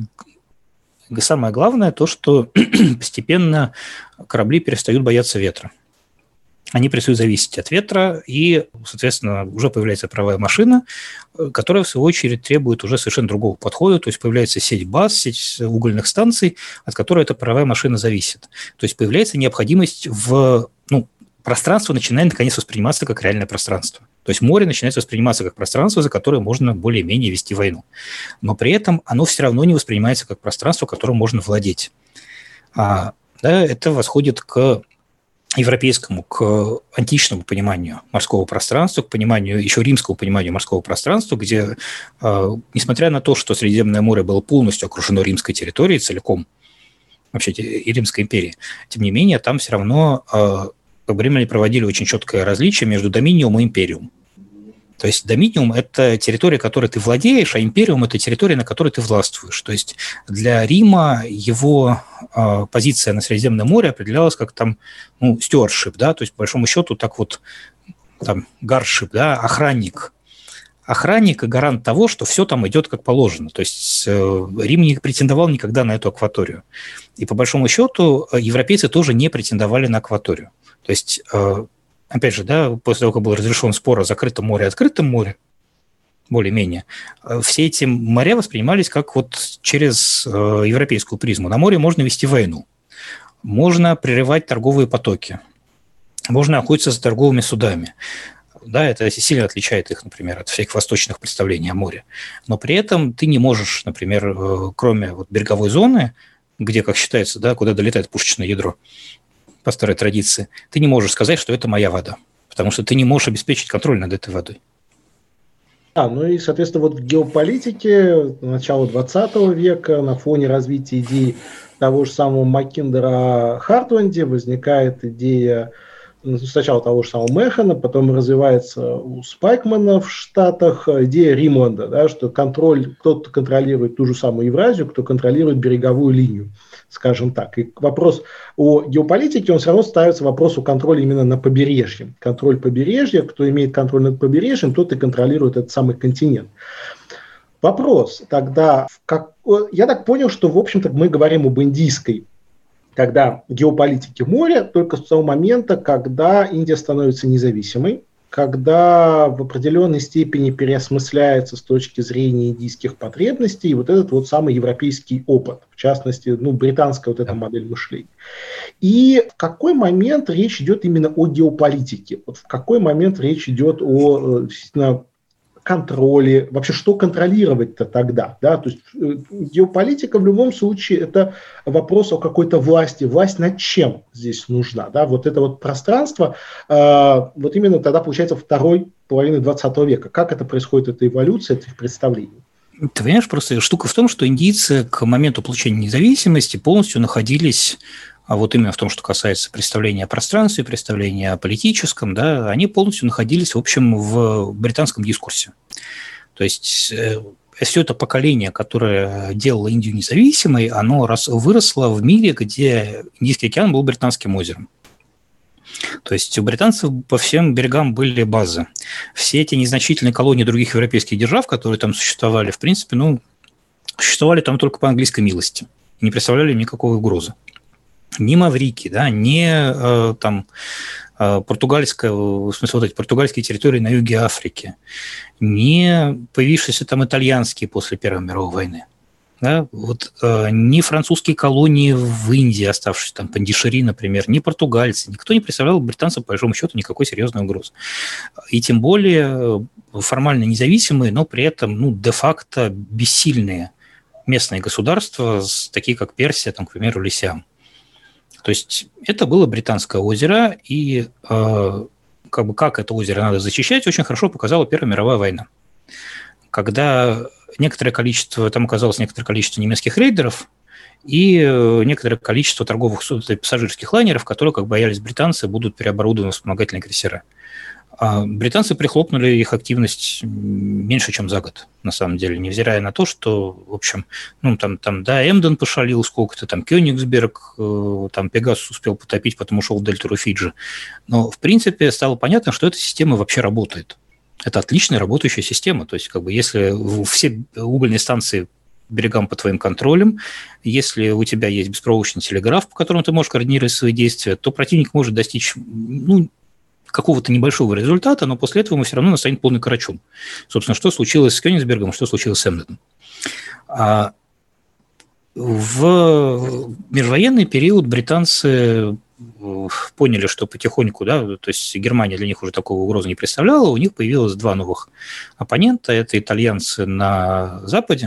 самое главное то, что постепенно корабли перестают бояться ветра. Они перестают зависеть от ветра, и, соответственно, уже появляется паровая машина, которая, в свою очередь, требует уже совершенно другого подхода, то есть появляется сеть баз, сеть угольных станций, от которой эта паровая машина зависит. То есть появляется необходимость в... Ну, пространство начинает, наконец, восприниматься как реальное пространство. То есть море начинает восприниматься как пространство, за которое можно более-менее вести войну. Но при этом оно все равно не воспринимается как пространство, которым можно владеть. А, да, это восходит к европейскому, к античному пониманию морского пространства, к пониманию, еще римскому пониманию морского пространства, где, э, несмотря на то, что Средиземное море было полностью окружено римской территорией целиком, вообще и Римской империей, тем не менее, там все равно э, римляне проводили очень четкое различие между доминиум и империум. То есть доминиум – это территория, которой ты владеешь, а империум – это территория, на которой ты властвуешь. То есть для Рима его э, позиция на Средиземном море определялась как там, ну, стюардшип, да, то есть по большому счету так вот там гаршип, да, охранник. Охранник и гарант того, что все там идет как положено. То есть э, Рим не претендовал никогда на эту акваторию. И по большому счету европейцы тоже не претендовали на акваторию. То есть... Э, Опять же, да, после того, как был разрешен спор о закрытом море и открытом море, более-менее, все эти моря воспринимались как вот через э, европейскую призму. На море можно вести войну, можно прерывать торговые потоки, можно охотиться за торговыми судами. Да, это сильно отличает их, например, от всех восточных представлений о море. Но при этом ты не можешь, например, э, кроме вот береговой зоны, где, как считается, да, куда долетает пушечное ядро, по старой традиции, ты не можешь сказать, что это моя вода, потому что ты не можешь обеспечить контроль над этой водой. А, ну и, соответственно, вот в геополитике начала двадцатого века на фоне развития идей того же самого Маккиндера о Хартленде возникает идея сначала того же самого Механа, потом развивается у Спайкмана в Штатах идея Римланда, да, что контроль, кто-то контролирует ту же самую Евразию, кто контролирует береговую линию, скажем так. И вопрос о геополитике, он все равно ставится вопрос о контроле именно на побережье. Контроль побережья, кто имеет контроль над побережьем, тот и контролирует этот самый континент. Вопрос тогда, как, я так понял, что, в общем-то, мы говорим об индийской тогда геополитике моря только с того момента, когда Индия становится независимой, когда в определенной степени переосмысляется с точки зрения индийских потребностей вот этот вот самый европейский опыт, в частности, ну, британская вот эта модель мышления. И в какой момент речь идет именно о геополитике? Вот в какой момент речь идет о, действительно, контроле, вообще что контролировать-то тогда, да, то есть э, геополитика в любом случае это вопрос о какой-то власти, власть над чем здесь нужна, да, вот это вот пространство, э, вот именно тогда получается второй половины двадцатого века, как это происходит, эта эволюция этих представлений? Ты понимаешь, просто штука в том, что индийцы к моменту получения независимости полностью находились, а вот именно в том, что касается представления о пространстве, представления о политическом, да, они полностью находились, в общем, в британском дискурсе. То есть э, все это поколение, которое делало Индию независимой, оно рос, выросло в мире, где Индийский океан был британским озером. То есть у британцев по всем берегам были базы. Все эти незначительные колонии других европейских держав, которые там существовали, в принципе, ну, существовали там только по английской милости и не представляли никакой угрозы. Ни Маврикий, да, ни э, там э, португальская, в смысле, вот эти португальские территории на юге Африки, ни появившиеся там итальянские после Первой мировой войны, да, вот э, ни французские колонии в Индии, оставшиеся там Пандишери, например, ни португальцы, никто не представлял британцам, по большому счету, никакой серьезной угрозы. И тем более формально независимые, но при этом, ну, де-факто бессильные местные государства, такие как Персия, там, к примеру, или Сиам. То есть это было британское озеро, и э, как бы как это озеро надо защищать, очень хорошо показала Первая мировая война. Когда некоторое количество, там оказалось некоторое количество немецких рейдеров, и некоторое количество торговых пассажирских лайнеров, которые, как боялись британцы, будут переоборудованы в вспомогательные крейсера. А британцы прихлопнули их активность меньше, чем за год, на самом деле, невзирая на то, что, в общем, ну, там, там да, Эмден пошалил сколько-то, там Кёнигсберг, там Пегасус успел потопить, потом ушел в дельту Руфиджи. Но, в принципе, стало понятно, что эта система вообще работает. Это отличная работающая система. То есть, как бы, если все угольные станции берегам под твоим контролем, если у тебя есть беспроволочный телеграф, по которому ты можешь координировать свои действия, то противник может достичь, ну, какого-то небольшого результата, но после этого ему все равно настанет полный карачун. Собственно, что случилось с Кёнигсбергом, что случилось с Эмденом. А в межвоенный период британцы поняли, что потихоньку, да, то есть Германия для них уже такого угрозы не представляла, у них появилось два новых оппонента. Это итальянцы на западе,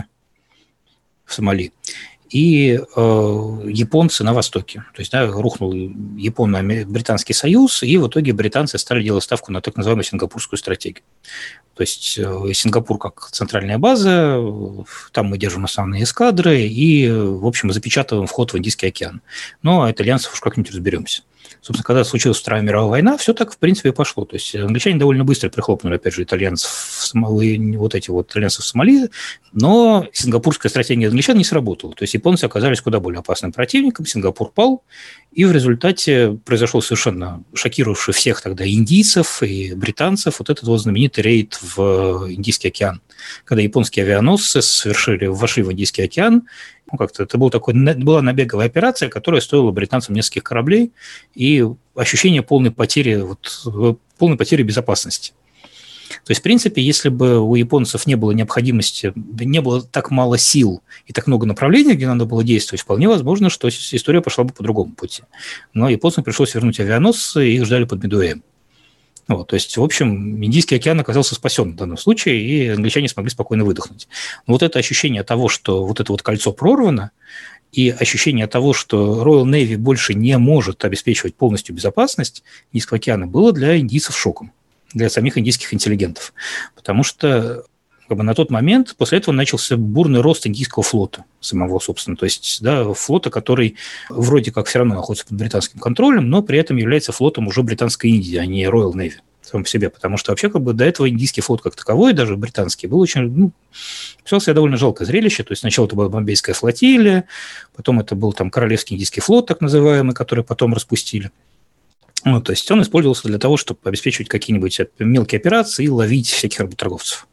в Сомали, и э, японцы на Востоке. То есть, да, рухнул Японо-Британский союз, и в итоге британцы стали делать ставку на так называемую сингапурскую стратегию. То есть э, Сингапур как центральная база, там мы держим основные эскадры и, в общем, запечатываем вход в Индийский океан. Но а итальянцев уж как-нибудь разберемся. Собственно, когда случилась Вторая мировая война, все так, в принципе, и пошло. То есть англичане довольно быстро прихлопнули, опять же, итальянцев в Сомали, вот эти вот итальянцев в Сомали, но сингапурская стратегия англичан не сработала. То есть японцы оказались куда более опасным противником, Сингапур пал, и в результате произошел совершенно шокировавший всех тогда индийцев и британцев вот этот вот знаменитый рейд в Индийский океан, когда японские авианосцы совершили, вошли в Индийский океан. Ну, как-то это был такой, была набеговая операция, которая стоила британцам нескольких кораблей и ощущение полной потери, вот, полной потери безопасности. То есть, в принципе, если бы у японцев не было необходимости, не было так мало сил и так много направлений, где надо было действовать, вполне возможно, что история пошла бы по другому пути. Но японцам пришлось вернуть авианосцы, и их ждали под Медуэем. Вот, то есть, в общем, Индийский океан оказался спасен в данном случае, и англичане смогли спокойно выдохнуть. Но вот это ощущение того, что вот это вот кольцо прорвано, и ощущение того, что Royal Navy больше не может обеспечивать полностью безопасность Индийского океана, было для индийцев шоком, для самих индийских интеллигентов. Потому что как бы, на тот момент после этого начался бурный рост индийского флота самого, собственно. То есть, да, флота, который вроде как все равно находится под британским контролем, но при этом является флотом уже Британской Индии, а не Royal Navy сам по себе. Потому что вообще как бы до этого индийский флот как таковой, даже британский, был очень, ну, писал себя довольно жалкое зрелище. То есть сначала это была Бомбейская флотилия, потом это был там Королевский индийский флот, так называемый, который потом распустили. Ну, то есть он использовался для того, чтобы обеспечивать какие-нибудь мелкие операции и ловить всяких работорговцев.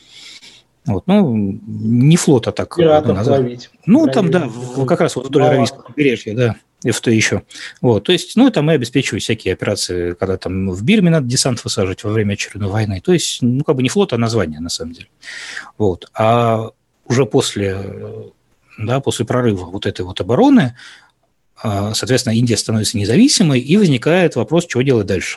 Вот, ну, не флот, а так. Пиратов ловить. Ну, там, да, как раз вот вдоль Аравийского побережья, да, и в то еще. Вот, то есть, ну, там мы обеспечиваем всякие операции, когда там в Бирме надо десант высаживать во время очередной войны. То есть, ну, как бы не флот, а название, на самом деле. Вот, а уже после, да, после прорыва вот этой вот обороны, соответственно, Индия становится независимой, и возникает вопрос, что делать дальше.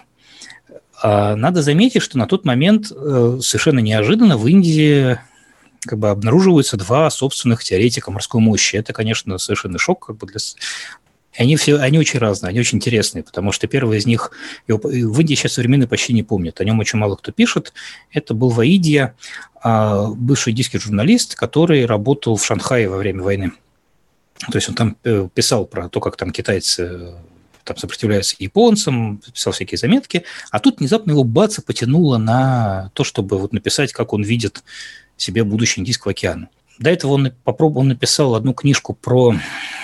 Надо заметить, что на тот момент совершенно неожиданно в Индии как бы обнаруживаются два собственных теоретика морской мощи. Это, конечно, совершенно шок. Как бы для... Они, все, они очень разные, они очень интересные, потому что первый из них, его в Индии сейчас современные почти не помнят, о нем очень мало кто пишет. Это был Ваидья, бывший индийский журналист, который работал в Шанхае во время войны. То есть он там писал про то, как там китайцы там сопротивляются японцам, писал всякие заметки, а тут внезапно его баца потянуло на то, чтобы вот написать, как он видит себе будущее Индийского океана. До этого он попробовал, он написал одну книжку про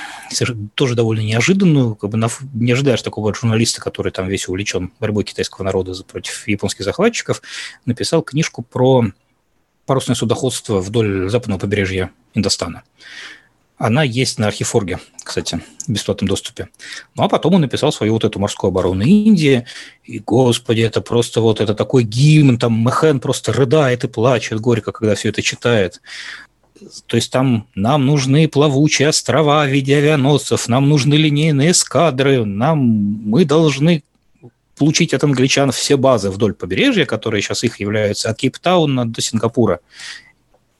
тоже довольно неожиданную, как бы не ожидаешь такого журналиста, который там весь увлечен борьбой китайского народа против японских захватчиков, написал книжку про парусное судоходство вдоль западного побережья Индостана. Она есть на Архифорге, кстати, в бесплатном доступе. Ну, а потом он написал свою вот эту морскую оборону Индии. И, господи, это просто вот это такой гимн, там Мэхэн просто рыдает и плачет горько, когда все это читает. То есть там нам нужны плавучие острова в виде авианосцев, нам нужны линейные эскадры, нам, мы должны получить от англичан все базы вдоль побережья, которые сейчас их являются от Кейптауна до Сингапура.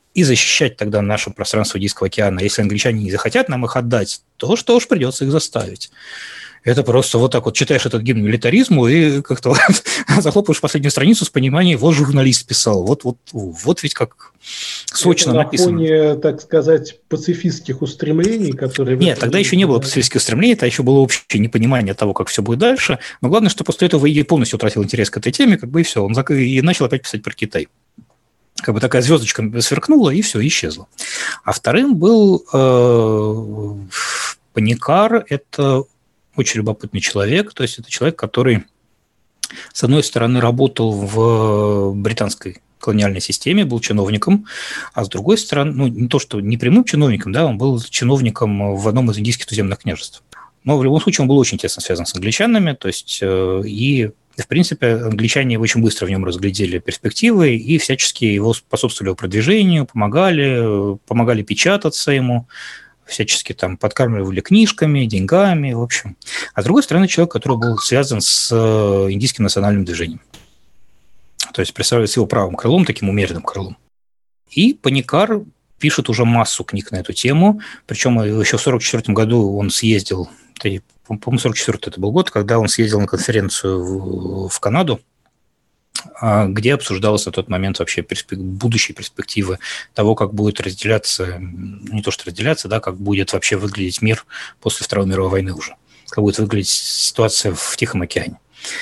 и защищать тогда наше пространство Индийского океана. Если англичане не захотят нам их отдать, то что уж придется их заставить. Это просто вот так вот читаешь этот гимн милитаризму и как-то захлопаешь последнюю страницу с пониманием, вот журналист писал, вот, вот, вот ведь как сочно это написано. На фоне, так сказать, пацифистских устремлений, которые... Нет, тогда еще не было пацифистских устремлений, это еще было общее непонимание того, как все будет дальше. Но главное, что после этого Иги полностью утратил интерес к этой теме, как бы и все. Он и начал опять писать про Китай. Как бы такая звездочка сверкнула, и все, исчезла. А вторым был э, Паникар. Это очень любопытный человек. То есть это человек, который, с одной стороны, работал в британской колониальной системе, был чиновником, а с другой стороны, ну, не то, что не прямым чиновником, да, он был чиновником в одном из индийских туземных князеств. Но в любом случае он был очень тесно связан с англичанами, то есть э, и, в принципе, англичане очень быстро в нем разглядели перспективы и всячески его способствовали его продвижению, помогали, помогали печататься ему, всячески там подкармливали книжками, деньгами, в общем. А с другой стороны, человек, который был связан с индийским национальным движением. То есть представляется его правым крылом, таким умеренным крылом. И Паникар пишет уже массу книг на эту тему, причем еще в сорок четвёртом году он съездил, по-моему, сорок четвёртый это был год, когда он съездил на конференцию в, в Канаду, где обсуждалась на тот момент вообще перспек... будущие перспективы того, как будет разделяться, не то что разделяться, да, как будет вообще выглядеть мир после Второй мировой войны уже, как будет выглядеть ситуация в Тихом океане.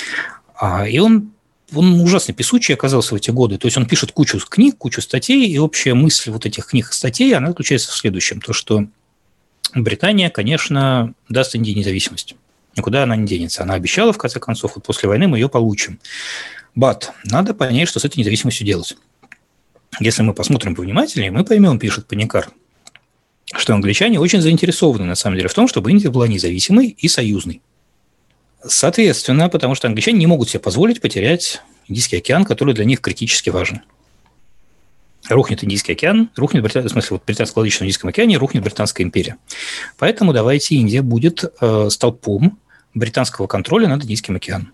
И он Он ужасно песучий оказался в эти годы. То есть он пишет кучу книг, кучу статей, и общая мысль вот этих книг и статей, она заключается в следующем. То, что Британия, конечно, даст Индии независимость. Никуда она не денется. Она обещала, в конце концов, вот после войны мы ее получим. But надо понять, что с этой независимостью делать. Если мы посмотрим повнимательнее, мы поймем, пишет Паникар, что англичане очень заинтересованы, на самом деле, в том, чтобы Индия была независимой и союзной. Соответственно, потому что англичане не могут себе позволить потерять Индийский океан, который для них критически важен. Рухнет Индийский океан, рухнет, в смысле, вот британско-логичном Индийском океане рухнет Британская империя. Поэтому давайте Индия будет э, столпом британского контроля над Индийским океаном.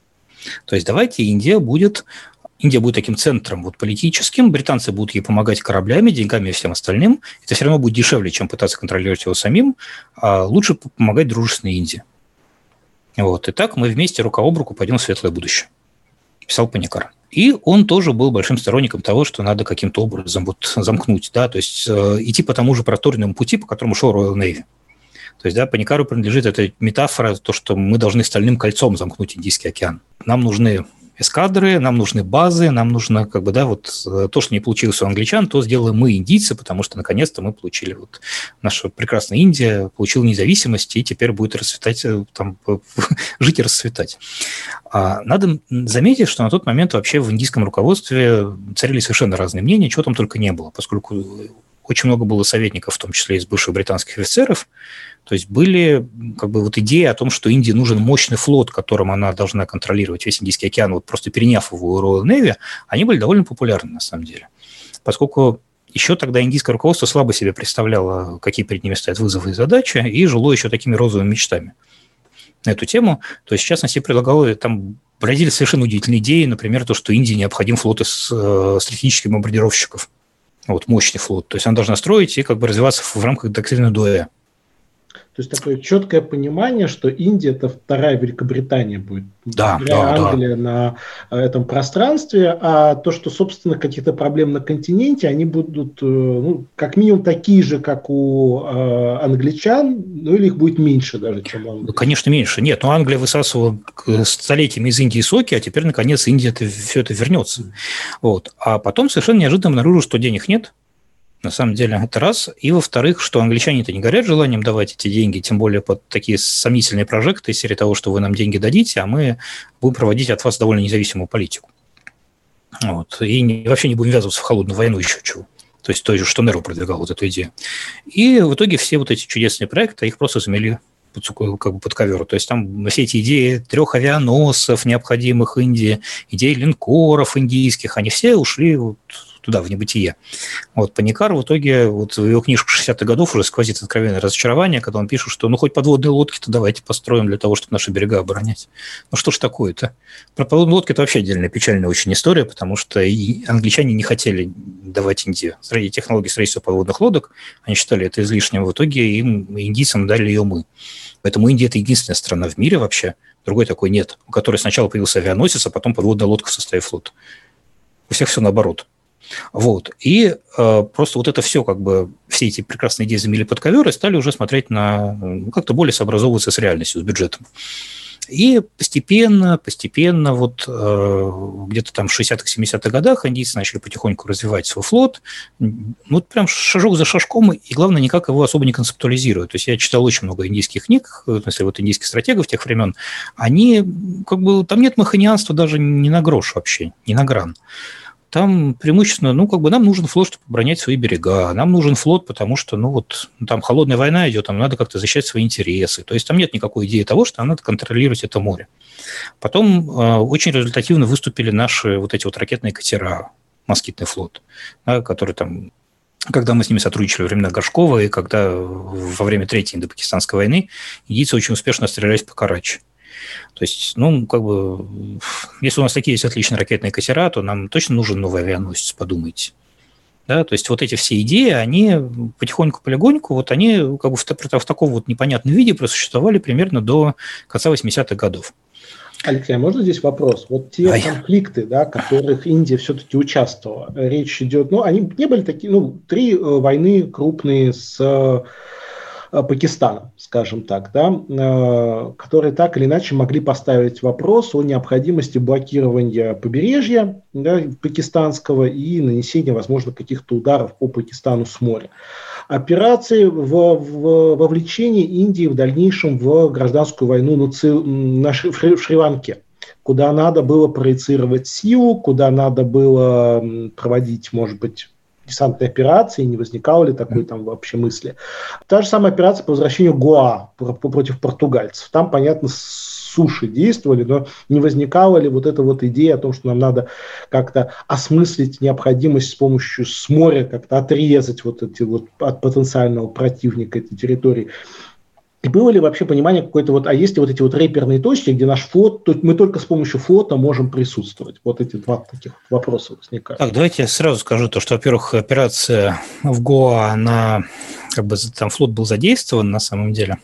То есть давайте Индия будет, Индия будет таким центром вот, политическим, британцы будут ей помогать кораблями, деньгами и всем остальным. Это все равно будет дешевле, чем пытаться контролировать его самим, а лучше помогать дружественной Индии. Вот. И так мы вместе рука об руку пойдем в светлое будущее, писал Паникар. И он тоже был большим сторонником того, что надо каким-то образом вот замкнуть, да, то есть э, идти по тому же проторенному пути, по которому шел Royal Navy. То есть, да, Паникару принадлежит эта метафора, то, что мы должны стальным кольцом замкнуть Индийский океан. Нам нужны эскадры, нам нужны базы, нам нужно, как бы, да, вот то, что не получилось у англичан, то сделаем мы, индийцы, потому что, наконец-то, мы получили, вот, наша прекрасная Индия получила независимость, и теперь будет расцветать, там, жить и расцветать. А надо заметить, что на тот момент вообще в индийском руководстве царили совершенно разные мнения, чего там только не было, поскольку очень много было советников, в том числе из бывших британских офицеров. То есть были как бы вот идеи о том, что Индии нужен мощный флот, которым она должна контролировать весь Индийский океан, вот просто переняв его у Royal Navy, они были довольно популярны на самом деле. Поскольку еще тогда индийское руководство слабо себе представляло, какие перед ними стоят вызовы и задачи, и жило еще такими розовыми мечтами на эту тему. То есть, в частности, предлагало, там бродили совершенно удивительные идеи, например, то, что Индии необходим флот из э, стратегических бомбардировщиков. Вот, мощный флот. То есть она должна строить и как бы развиваться в рамках доктрины Дуэ. То есть такое четкое понимание, что Индия – это вторая Великобритания будет. Да, да, Англия да. на этом пространстве, а то, что, собственно, каких-то проблем на континенте, они будут, ну, как минимум такие же, как у э, англичан, ну, или их будет меньше даже, чем у англичан. Ну, конечно, меньше. Нет, но Англия высасывала столетиями из Индии соки, а теперь, наконец, Индия это, все это вернется. Вот. А потом совершенно неожиданно обнаружил, что денег нет. На самом деле, это раз. И, во-вторых, что англичане-то не горят желанием давать эти деньги, тем более под такие сомнительные прожекты из серии того, что вы нам деньги дадите, а мы будем проводить от вас довольно независимую политику. Вот. И не, вообще не будем ввязываться в холодную войну, еще чего. То есть то, что Неру продвигал вот эту идею. И в итоге все вот эти чудесные проекты, их просто замели под, как бы под ковер. То есть там все эти идеи трех авианосцев, необходимых Индии, идеи линкоров индийских, они все ушли вот туда, в небытие. Вот Паникар в итоге, вот в его книжках шестидесятых годов уже сквозит откровенное разочарование, когда он пишет, что ну хоть подводные лодки-то давайте построим для того, чтобы наши берега оборонять. Ну что ж такое-то? Про подводные лодки это вообще отдельная печальная очень история, потому что и англичане не хотели давать Индии технологии строительства подводных лодок, они считали это излишним, в итоге им, индийцам, дали ее мы. Поэтому Индия – это единственная страна в мире вообще, другой такой нет, у которой сначала появился авианосец, а потом подводная лодка в составе флота. У всех все наоборот. Вот. И э, просто вот это все, как бы, все эти прекрасные идеи замели под ковер и стали уже смотреть на, ну, как-то более сообразовываться с реальностью, с бюджетом. И постепенно, постепенно, вот э, где-то там в шестидесятых-семидесятых годах индийцы начали потихоньку развивать свой флот, вот прям шажок за шажком, и, главное, никак его особо не концептуализируют. То есть я читал очень много индийских книг, в смысле, вот индийских стратегов тех времен, они, как бы, там нет маханианства даже ни на грош вообще, ни на гран. Там преимущественно, ну, как бы нам нужен флот, чтобы оборонять свои берега, нам нужен флот, потому что, ну, вот там холодная война идет, там надо как-то защищать свои интересы. То есть там нет никакой идеи того, что нам надо контролировать это море. Потом э, очень результативно выступили наши вот эти вот ракетные катера, москитный флот, да, который там, когда мы с ними сотрудничали во времена Горшкова и когда во время Третьей Индо-Пакистанской войны индийцы очень успешно стрелялись по Карачи. То есть, ну, как бы, если у нас такие есть отличные ракетные катера, то нам точно нужен новый авианосец, подумайте. Да, то есть вот эти все идеи, они потихоньку-полегоньку, вот они как бы в, в таком вот непонятном виде просуществовали примерно до конца восьмидесятых годов. Алексей, а можно здесь вопрос? Вот те Ай. конфликты, да, в которых Индия все-таки участвовала, речь идет, ну, они не были такие, ну, три войны крупные с Пакистаном, скажем так, да, которые так или иначе могли поставить вопрос о необходимости блокирования побережья, да, пакистанского и нанесения, возможно, каких-то ударов по Пакистану с моря. Операции в, в вовлечении Индии в дальнейшем в гражданскую войну на, на, в Шри-Ланке, куда надо было проецировать силу, куда надо было проводить, может быть, десантной операции, не возникало ли такой там вообще мысли. Та же самая операция по возвращению Гоа против португальцев. Там, понятно, с суши действовали, но не возникала ли вот эта вот идея о том, что нам надо как-то осмыслить необходимость с помощью с моря как-то отрезать вот эти вот от потенциального противника этой территории. И было ли вообще понимание какое-то вот, а есть ли вот эти вот реперные точки, где наш флот, то мы только с помощью флота можем присутствовать? Вот эти два таких вопроса возникают. Так, давайте я сразу скажу то, что, во-первых, операция в Гоа, она, как бы, там флот был задействован на самом деле,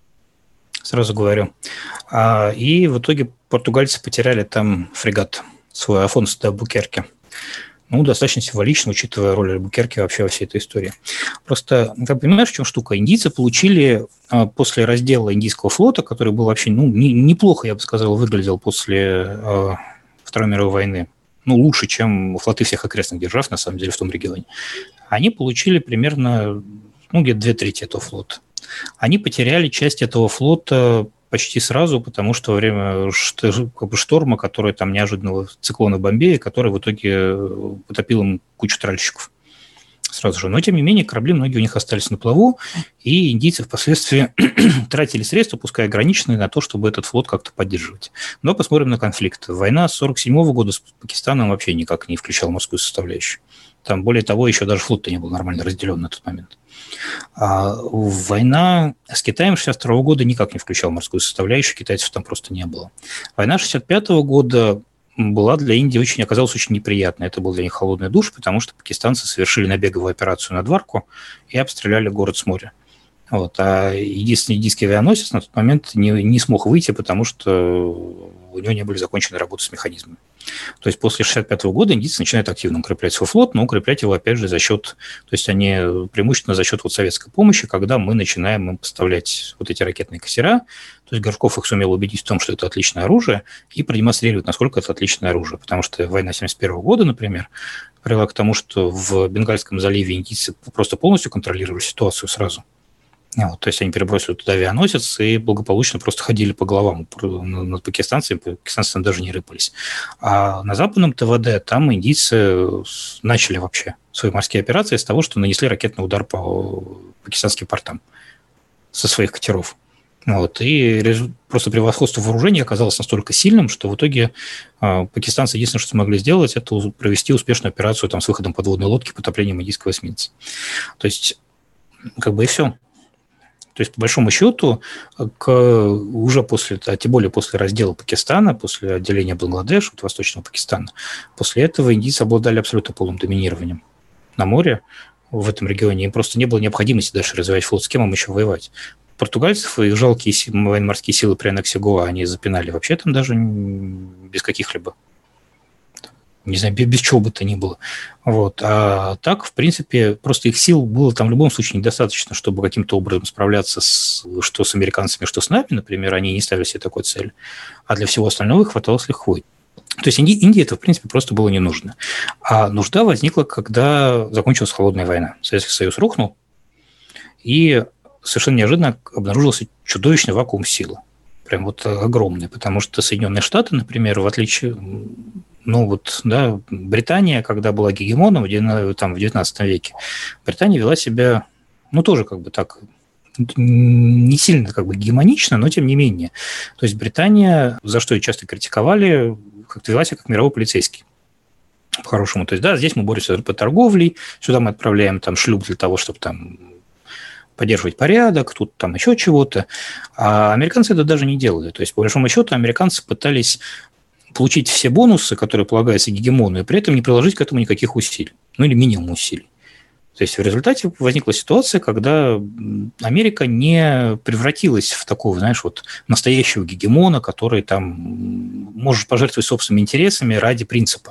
сразу говорю. А, и в итоге португальцы потеряли там фрегат свой Афонсо де Албукерке. Ну, достаточно символично, учитывая роль Альбукерке вообще во всей этой истории. Просто, ты понимаешь, в чем штука? Индийцы получили а, после раздела индийского флота, который был вообще, ну, не, неплохо, я бы сказал, выглядел после а, Второй мировой войны, ну, лучше, чем флоты всех окрестных держав, на самом деле, в том регионе. Они получили примерно, ну, где-то две трети этого флота. Они потеряли часть этого флота почти сразу, потому что во время шторма, который там неожиданного циклона в Бомбее, который в итоге потопил им кучу тральщиков сразу же. Но, тем не менее, корабли многие у них остались на плаву, и индийцы впоследствии тратили средства, пускай ограниченные, на то, чтобы этот флот как-то поддерживать. Но посмотрим на конфликт. Война с сорок седьмого года с Пакистаном вообще никак не включала морскую составляющую. Там, более того, еще даже флот-то не был нормально разделен на тот момент. А война с Китаем шестьдесят второго года никак не включала морскую составляющую, китайцев там просто не было. Война шестьдесят пятого года была для Индии очень, оказалась очень неприятной. Это был для них холодный душ, потому что пакистанцы совершили набеговую операцию на Дварку и обстреляли город с моря. Вот. А единственный индийский авианосец на тот момент не, не смог выйти, потому что у него не были закончены работы с механизмами. То есть после шестьдесят пятого года индийцы начинают активно укреплять свой флот, но укреплять его, опять же, за счет, то есть они преимущественно за счет вот советской помощи, когда мы начинаем им поставлять вот эти ракетные катера. То есть Горшков их сумел убедить в том, что это отличное оружие, и продемонстрировать, насколько это отличное оружие. Потому что война семьдесят первого года, например, привела к тому, что в Бенгальском заливе индийцы просто полностью контролировали ситуацию сразу. Вот, то есть они перебросили туда авианосец и благополучно просто ходили по головам над пакистанцами, пакистанцы там даже не рыпались. А на западном ТВД там индийцы начали вообще свои морские операции с того, что нанесли ракетный удар по пакистанским портам со своих катеров. Вот, и просто превосходство вооружения оказалось настолько сильным, что в итоге э, пакистанцы единственное, что смогли сделать, это провести успешную операцию там, с выходом подводной лодки, потоплением индийского эсминца. То есть, как бы и все. То есть, по большому счету, к, уже после, а тем более после раздела Пакистана, после отделения Бангладеш от Восточного Пакистана, после этого индийцы обладали абсолютно полным доминированием на море в этом регионе. Им просто не было необходимости дальше развивать флот, с кем им еще воевать. Португальцев и их жалкие военно-морские силы при аннексии Гоа они запинали вообще там даже без каких-либо, не знаю, без чего бы то ни было. Вот. А так, в принципе, просто их сил было там в любом случае недостаточно, чтобы каким-то образом справляться с, что с американцами, что с нами, например, они не ставили себе такой цель. А для всего остального их хватало с лихвой. То есть Индии, Индии это, в принципе, просто было не нужно. А нужда возникла, когда закончилась холодная война. Советский Союз рухнул, и совершенно неожиданно обнаружился чудовищный вакуум силы. Прям вот огромный. Потому что Соединенные Штаты, например, в отличие... Ну вот, да, Британия, когда была гегемоном там, в девятнадцатом веке, Британия вела себя, ну, тоже как бы так, не сильно как бы гегемонично, но тем не менее. То есть Британия, за что ее часто критиковали, как-то вела себя как мировой полицейский. По-хорошему. То есть, да, здесь мы боремся по торговле, сюда мы отправляем там шлюп для того, чтобы там поддерживать порядок, тут там еще чего-то. А американцы это даже не делали. То есть, по большому счету, американцы пытались получить все бонусы, которые полагаются гегемону, и при этом не приложить к этому никаких усилий. Ну, или минимум усилий. То есть в результате возникла ситуация, когда Америка не превратилась в такого, знаешь, вот настоящего гегемона, который там может пожертвовать собственными интересами ради принципа.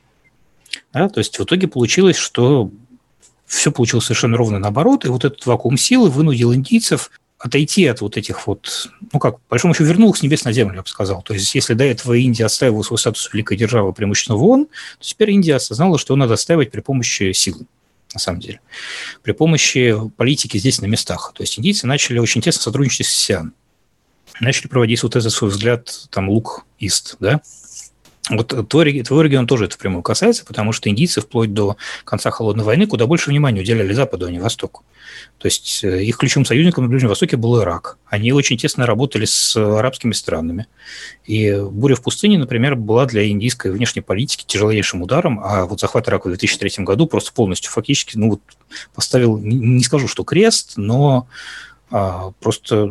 Да? То есть в итоге получилось, что все получилось совершенно ровно наоборот, и вот этот вакуум силы вынудил индийцев отойти от вот этих вот, ну как, по большому счету, вернул их с небес на землю, я бы сказал. То есть если до этого Индия отстаивала свой статус великой державы преимущественно в ООН, то теперь Индия осознала, что надо отстаивать при помощи силы, на самом деле, при помощи политики здесь на местах. То есть индийцы начали очень тесно сотрудничать с АСЕАН, начали проводить вот этот свой взгляд, там, Look-East, да. Вот твой, твой регион тоже это впрямую касается, потому что индийцы вплоть до конца Холодной войны куда больше внимания уделяли Западу, а не Востоку. То есть их ключевым союзником на Ближнем Востоке был Ирак. Они очень тесно работали с арабскими странами. И буря в пустыне, например, была для индийской внешней политики тяжелейшим ударом, а вот захват Ирака в две тысячи третьем году просто полностью фактически, ну вот, поставил, не скажу, что крест, но а, просто,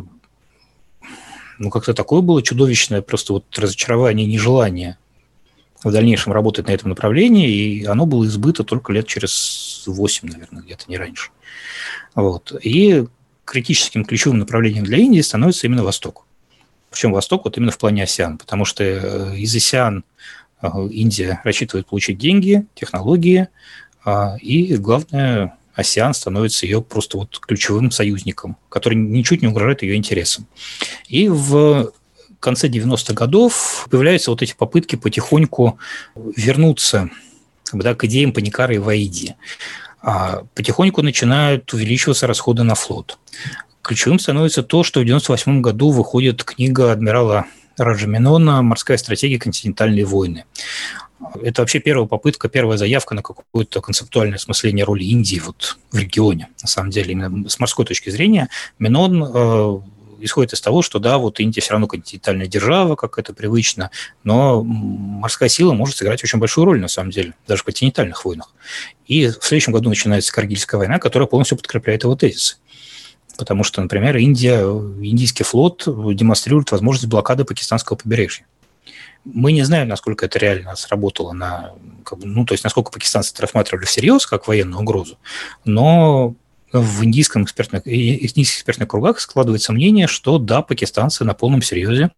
ну как-то такое было чудовищное просто вот разочарование, нежелание в дальнейшем работать на этом направлении, и оно было избыто только лет через восемь, наверное, где-то, не раньше. Вот. И критическим ключевым направлением для Индии становится именно Восток. Причем Восток вот именно в плане АСЕАН, потому что из АСЕАН Индия рассчитывает получить деньги, технологии, и, главное, АСЕАН становится ее просто вот ключевым союзником, который ничуть не угрожает ее интересам. И в в конце девяностых годов появляются вот эти попытки потихоньку вернуться как бы, да, к идеям Паникара и Ваиди. А потихоньку начинают увеличиваться расходы на флот. Ключевым становится то, что в девяносто восьмом году выходит книга адмирала Раджа Менона «Морская стратегия. Континентальные войны». Это вообще первая попытка, первая заявка на какое-то концептуальное осмысление роли Индии вот в регионе. На самом деле, именно с морской точки зрения, Менон э, исходит из того, что да, вот Индия все равно континентальная держава, как это привычно, но морская сила может сыграть очень большую роль, на самом деле, даже в континентальных войнах. И в следующем году начинается Каргильская война, которая полностью подкрепляет его тезисы. Потому что, например, Индия, индийский флот демонстрирует возможность блокады пакистанского побережья. Мы не знаем, насколько это реально сработало, на, как бы, ну, то есть насколько пакистанцы это рассматривали всерьез, как военную угрозу, но в индийском экспертных, индийских экспертных кругах складывается мнение, что да, пакистанцы на полном серьезе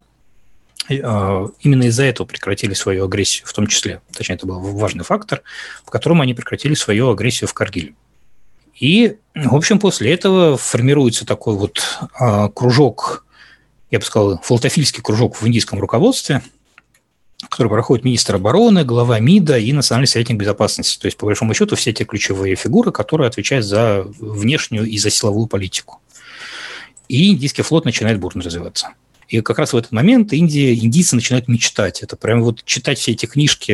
именно из-за этого прекратили свою агрессию, в том числе, точнее, это был важный фактор, в котором они прекратили свою агрессию в Каргиле. И, в общем, после этого формируется такой вот кружок, я бы сказал, флотофильский кружок в индийском руководстве, который проходит министр обороны, глава МИДа и национальный советник безопасности. То есть, по большому счету, все те ключевые фигуры, которые отвечают за внешнюю и за силовую политику. И индийский флот начинает бурно развиваться. И как раз в этот момент Индия, индийцы начинают мечтать. Это прям вот читать все эти книжки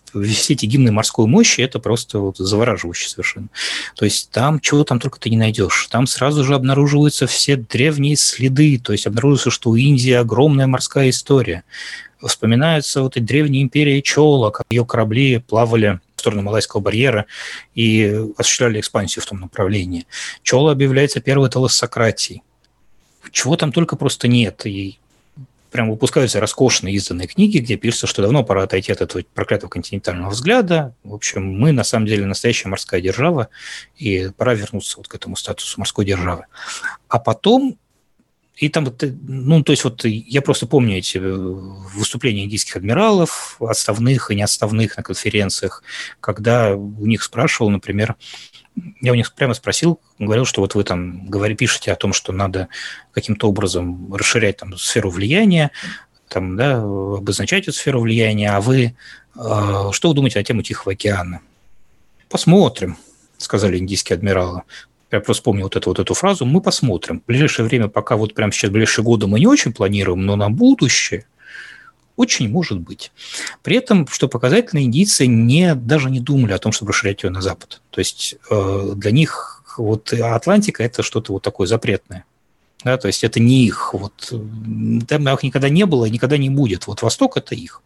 все эти гимны морской мощи, это просто вот завораживающе совершенно. То есть там чего там только ты не найдешь. Там сразу же обнаруживаются все древние следы, то есть обнаруживается, что у Индии огромная морская история. Вспоминаются вот эти древние империи Чола, как ее корабли плавали в сторону Малайского барьера и осуществляли экспансию в том направлении. Чола объявляется первой талассократией. Чего там только просто нет. И прям выпускаются роскошные изданные книги, где пишется, что давно пора отойти от этого проклятого континентального взгляда. В общем, мы на самом деле настоящая морская держава, и пора вернуться вот к этому статусу морской державы. А потом... И там, ну, то есть вот я просто помню эти выступления индийских адмиралов, отставных и неотставных на конференциях, когда у них спрашивал, например, я у них прямо спросил, говорил, что вот вы там говорите, пишете о том, что надо каким-то образом расширять там сферу влияния, там, да, обозначать эту сферу влияния, а вы э, что вы думаете о теме Тихого океана? Посмотрим, сказали индийские адмиралы. Я просто помню вот эту вот эту фразу. Мы посмотрим. В ближайшее время, пока вот прямо сейчас, в ближайшие годы мы не очень планируем, но на будущее очень может быть. При этом, что показательно, индийцы не, даже не думали о том, чтобы расширять ее на запад. То есть э, для них вот Атлантика – это что-то вот такое запретное. Да, то есть это не их. Вот, там их никогда не было и никогда не будет. Вот Восток – это их.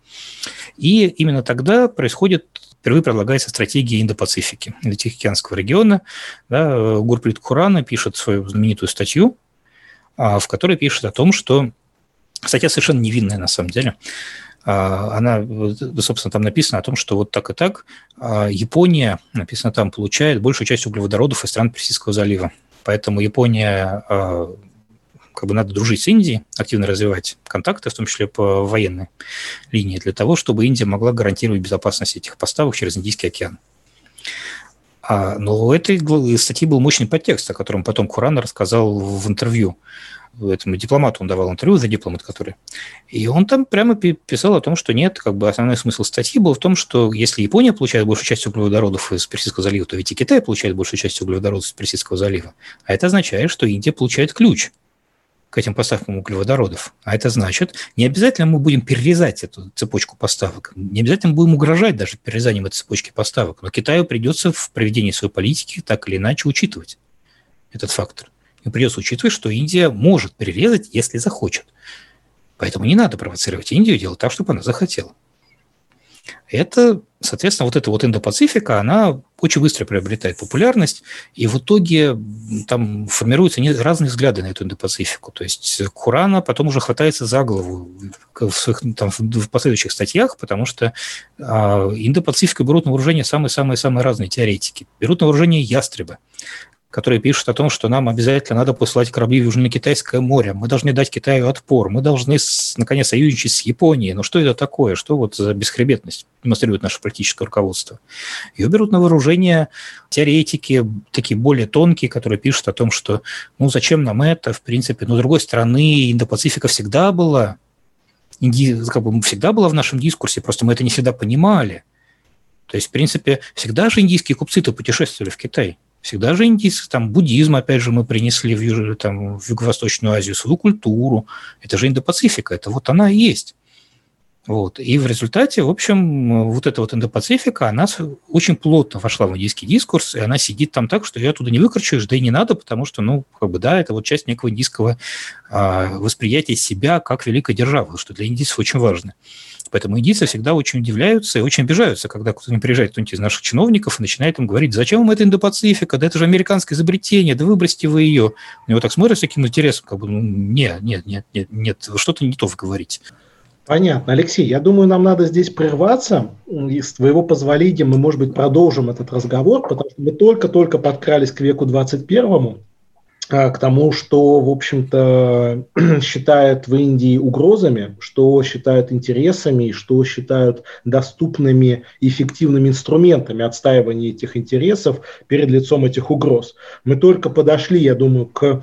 И именно тогда происходит... Впервые предлагается стратегия Индо-Пацифики, или Тихоокеанского региона. Да, Гурприт Кхурана пишет свою знаменитую статью, в которой пишет о том, что... Статья совершенно невинная на самом деле. Она, собственно, там написано о том, что вот так и так Япония, написано там, получает большую часть углеводородов из стран Персидского залива. Поэтому Япония... как бы надо дружить с Индией, активно развивать контакты, в том числе по военной линии, для того, чтобы Индия могла гарантировать безопасность этих поставок через Индийский океан. А, но у этой статьи был мощный подтекст, о котором потом Кхурана рассказал в интервью. Этому дипломату он давал интервью, за дипломат который. И он там прямо писал о том, что нет, как бы основной смысл статьи был в том, что если Япония получает большую часть углеводородов из Персидского залива, то ведь и Китай получает большую часть углеводородов из Персидского залива. А это означает, что Индия получает ключ к этим поставкам углеводородов. А это значит, не обязательно мы будем перерезать эту цепочку поставок, не обязательно мы будем угрожать даже перерезанием этой цепочки поставок, но Китаю придется в проведении своей политики так или иначе учитывать этот фактор. И придется учитывать, что Индия может перерезать, если захочет. Поэтому не надо провоцировать Индию, делать так, чтобы она захотела. Это, соответственно, вот эта вот Индо-Пацифика, она очень быстро приобретает популярность, и в итоге там формируются разные взгляды на эту Индо-Пацифику. То есть Кхурана потом уже хватается за голову в своих там, в последующих статьях, потому что а, Индо-Пацифику берут на вооружение самые-самые-самые разные теоретики. Берут на вооружение ястребы, которые пишут о том, что нам обязательно надо посылать корабли в Южно-Китайское море, мы должны дать Китаю отпор, мы должны, наконец, союзничать с Японией. Но что это такое? Что вот за бесхребетность демонстрирует наше политическое руководство? Ее берут на вооружение теоретики, такие более тонкие, которые пишут о том, что ну зачем нам это, в принципе. Но, с другой стороны, Индо-Пацифика всегда была, Инди... как бы всегда была в нашем дискурсе, просто мы это не всегда понимали. То есть, в принципе, всегда же индийские купцы-то путешествовали в Китай. Всегда же индийцы, там, буддизм, опять же, мы принесли в, Юж... там, в Юго-Восточную Азию, свою культуру. Это же Индо-Пацифика, это вот она и есть. Вот. И в результате, в общем, вот эта вот Индо-Пацифика, она очень плотно вошла в индийский дискурс, и она сидит там так, что ее оттуда не выкручиваешь, да и не надо, потому что, ну, как бы, да, это вот часть некого индийского а, восприятия себя как великой державы, что для индийцев очень важно. Поэтому индийцы всегда очень удивляются и очень обижаются, когда кто-нибудь приезжает, кто-нибудь из наших чиновников и начинает им говорить, зачем вам это Индо-Пацифика, да это же американское изобретение, да выбросьте вы ее. На него так смотрят с таким интересом, как бы, ну, нет, нет, нет, нет, нет, что-то не то вы говорите. Понятно. Алексей, я думаю, нам надо здесь прерваться. И с твоего позволения мы, может быть, продолжим этот разговор, потому что мы только-только подкрались к веку двадцать первому, к тому, что, в общем-то, считают в Индии угрозами, что считают интересами, и что считают доступными и эффективными инструментами отстаивания этих интересов перед лицом этих угроз. Мы только подошли, я думаю, к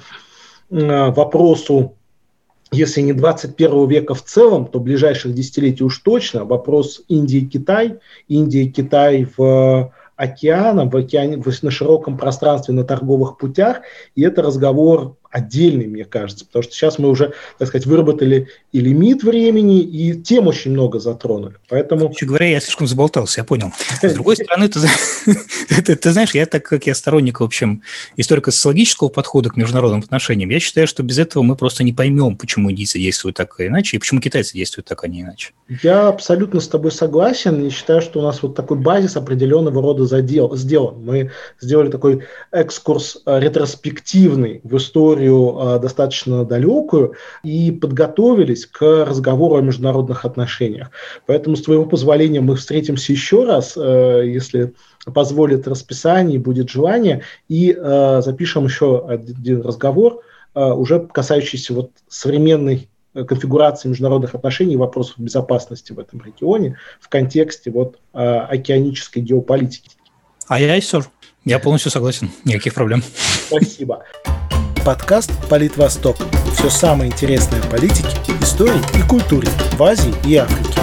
вопросу, если не двадцать первого века в целом, то ближайших десятилетий уж точно, вопрос Индии и Китай, Индия и Китай в океане, в океане, на широком пространстве, на торговых путях, и это разговор отдельный, мне кажется, потому что сейчас мы уже, так сказать, выработали и лимит времени, и тем очень много затронули. Поэтому... Короче говоря, я слишком заболтался, я понял. С другой стороны, ты, ты, ты знаешь, я так как я сторонник, в общем, историко-социологического подхода к международным отношениям, я считаю, что без этого мы просто не поймем, почему индийцы действуют так и иначе, и почему китайцы действуют так, а не иначе. Я абсолютно с тобой согласен, и считаю, что у нас вот такой базис определенного рода задел, сделан. Мы сделали такой экскурс ретроспективный в историю достаточно далекую и подготовились к разговору о международных отношениях. Поэтому, с твоего позволения, мы встретимся еще раз, если позволит расписание, будет желание, и запишем еще один разговор, уже касающийся вот современной конфигурации международных отношений и вопросов безопасности в этом регионе в контексте вот, э, океанической геополитики. А я и все. Я полностью согласен. Никаких проблем. Спасибо. Подкаст «Политвосток». Все самое интересное о политике, истории и культуре в Азии и Африке.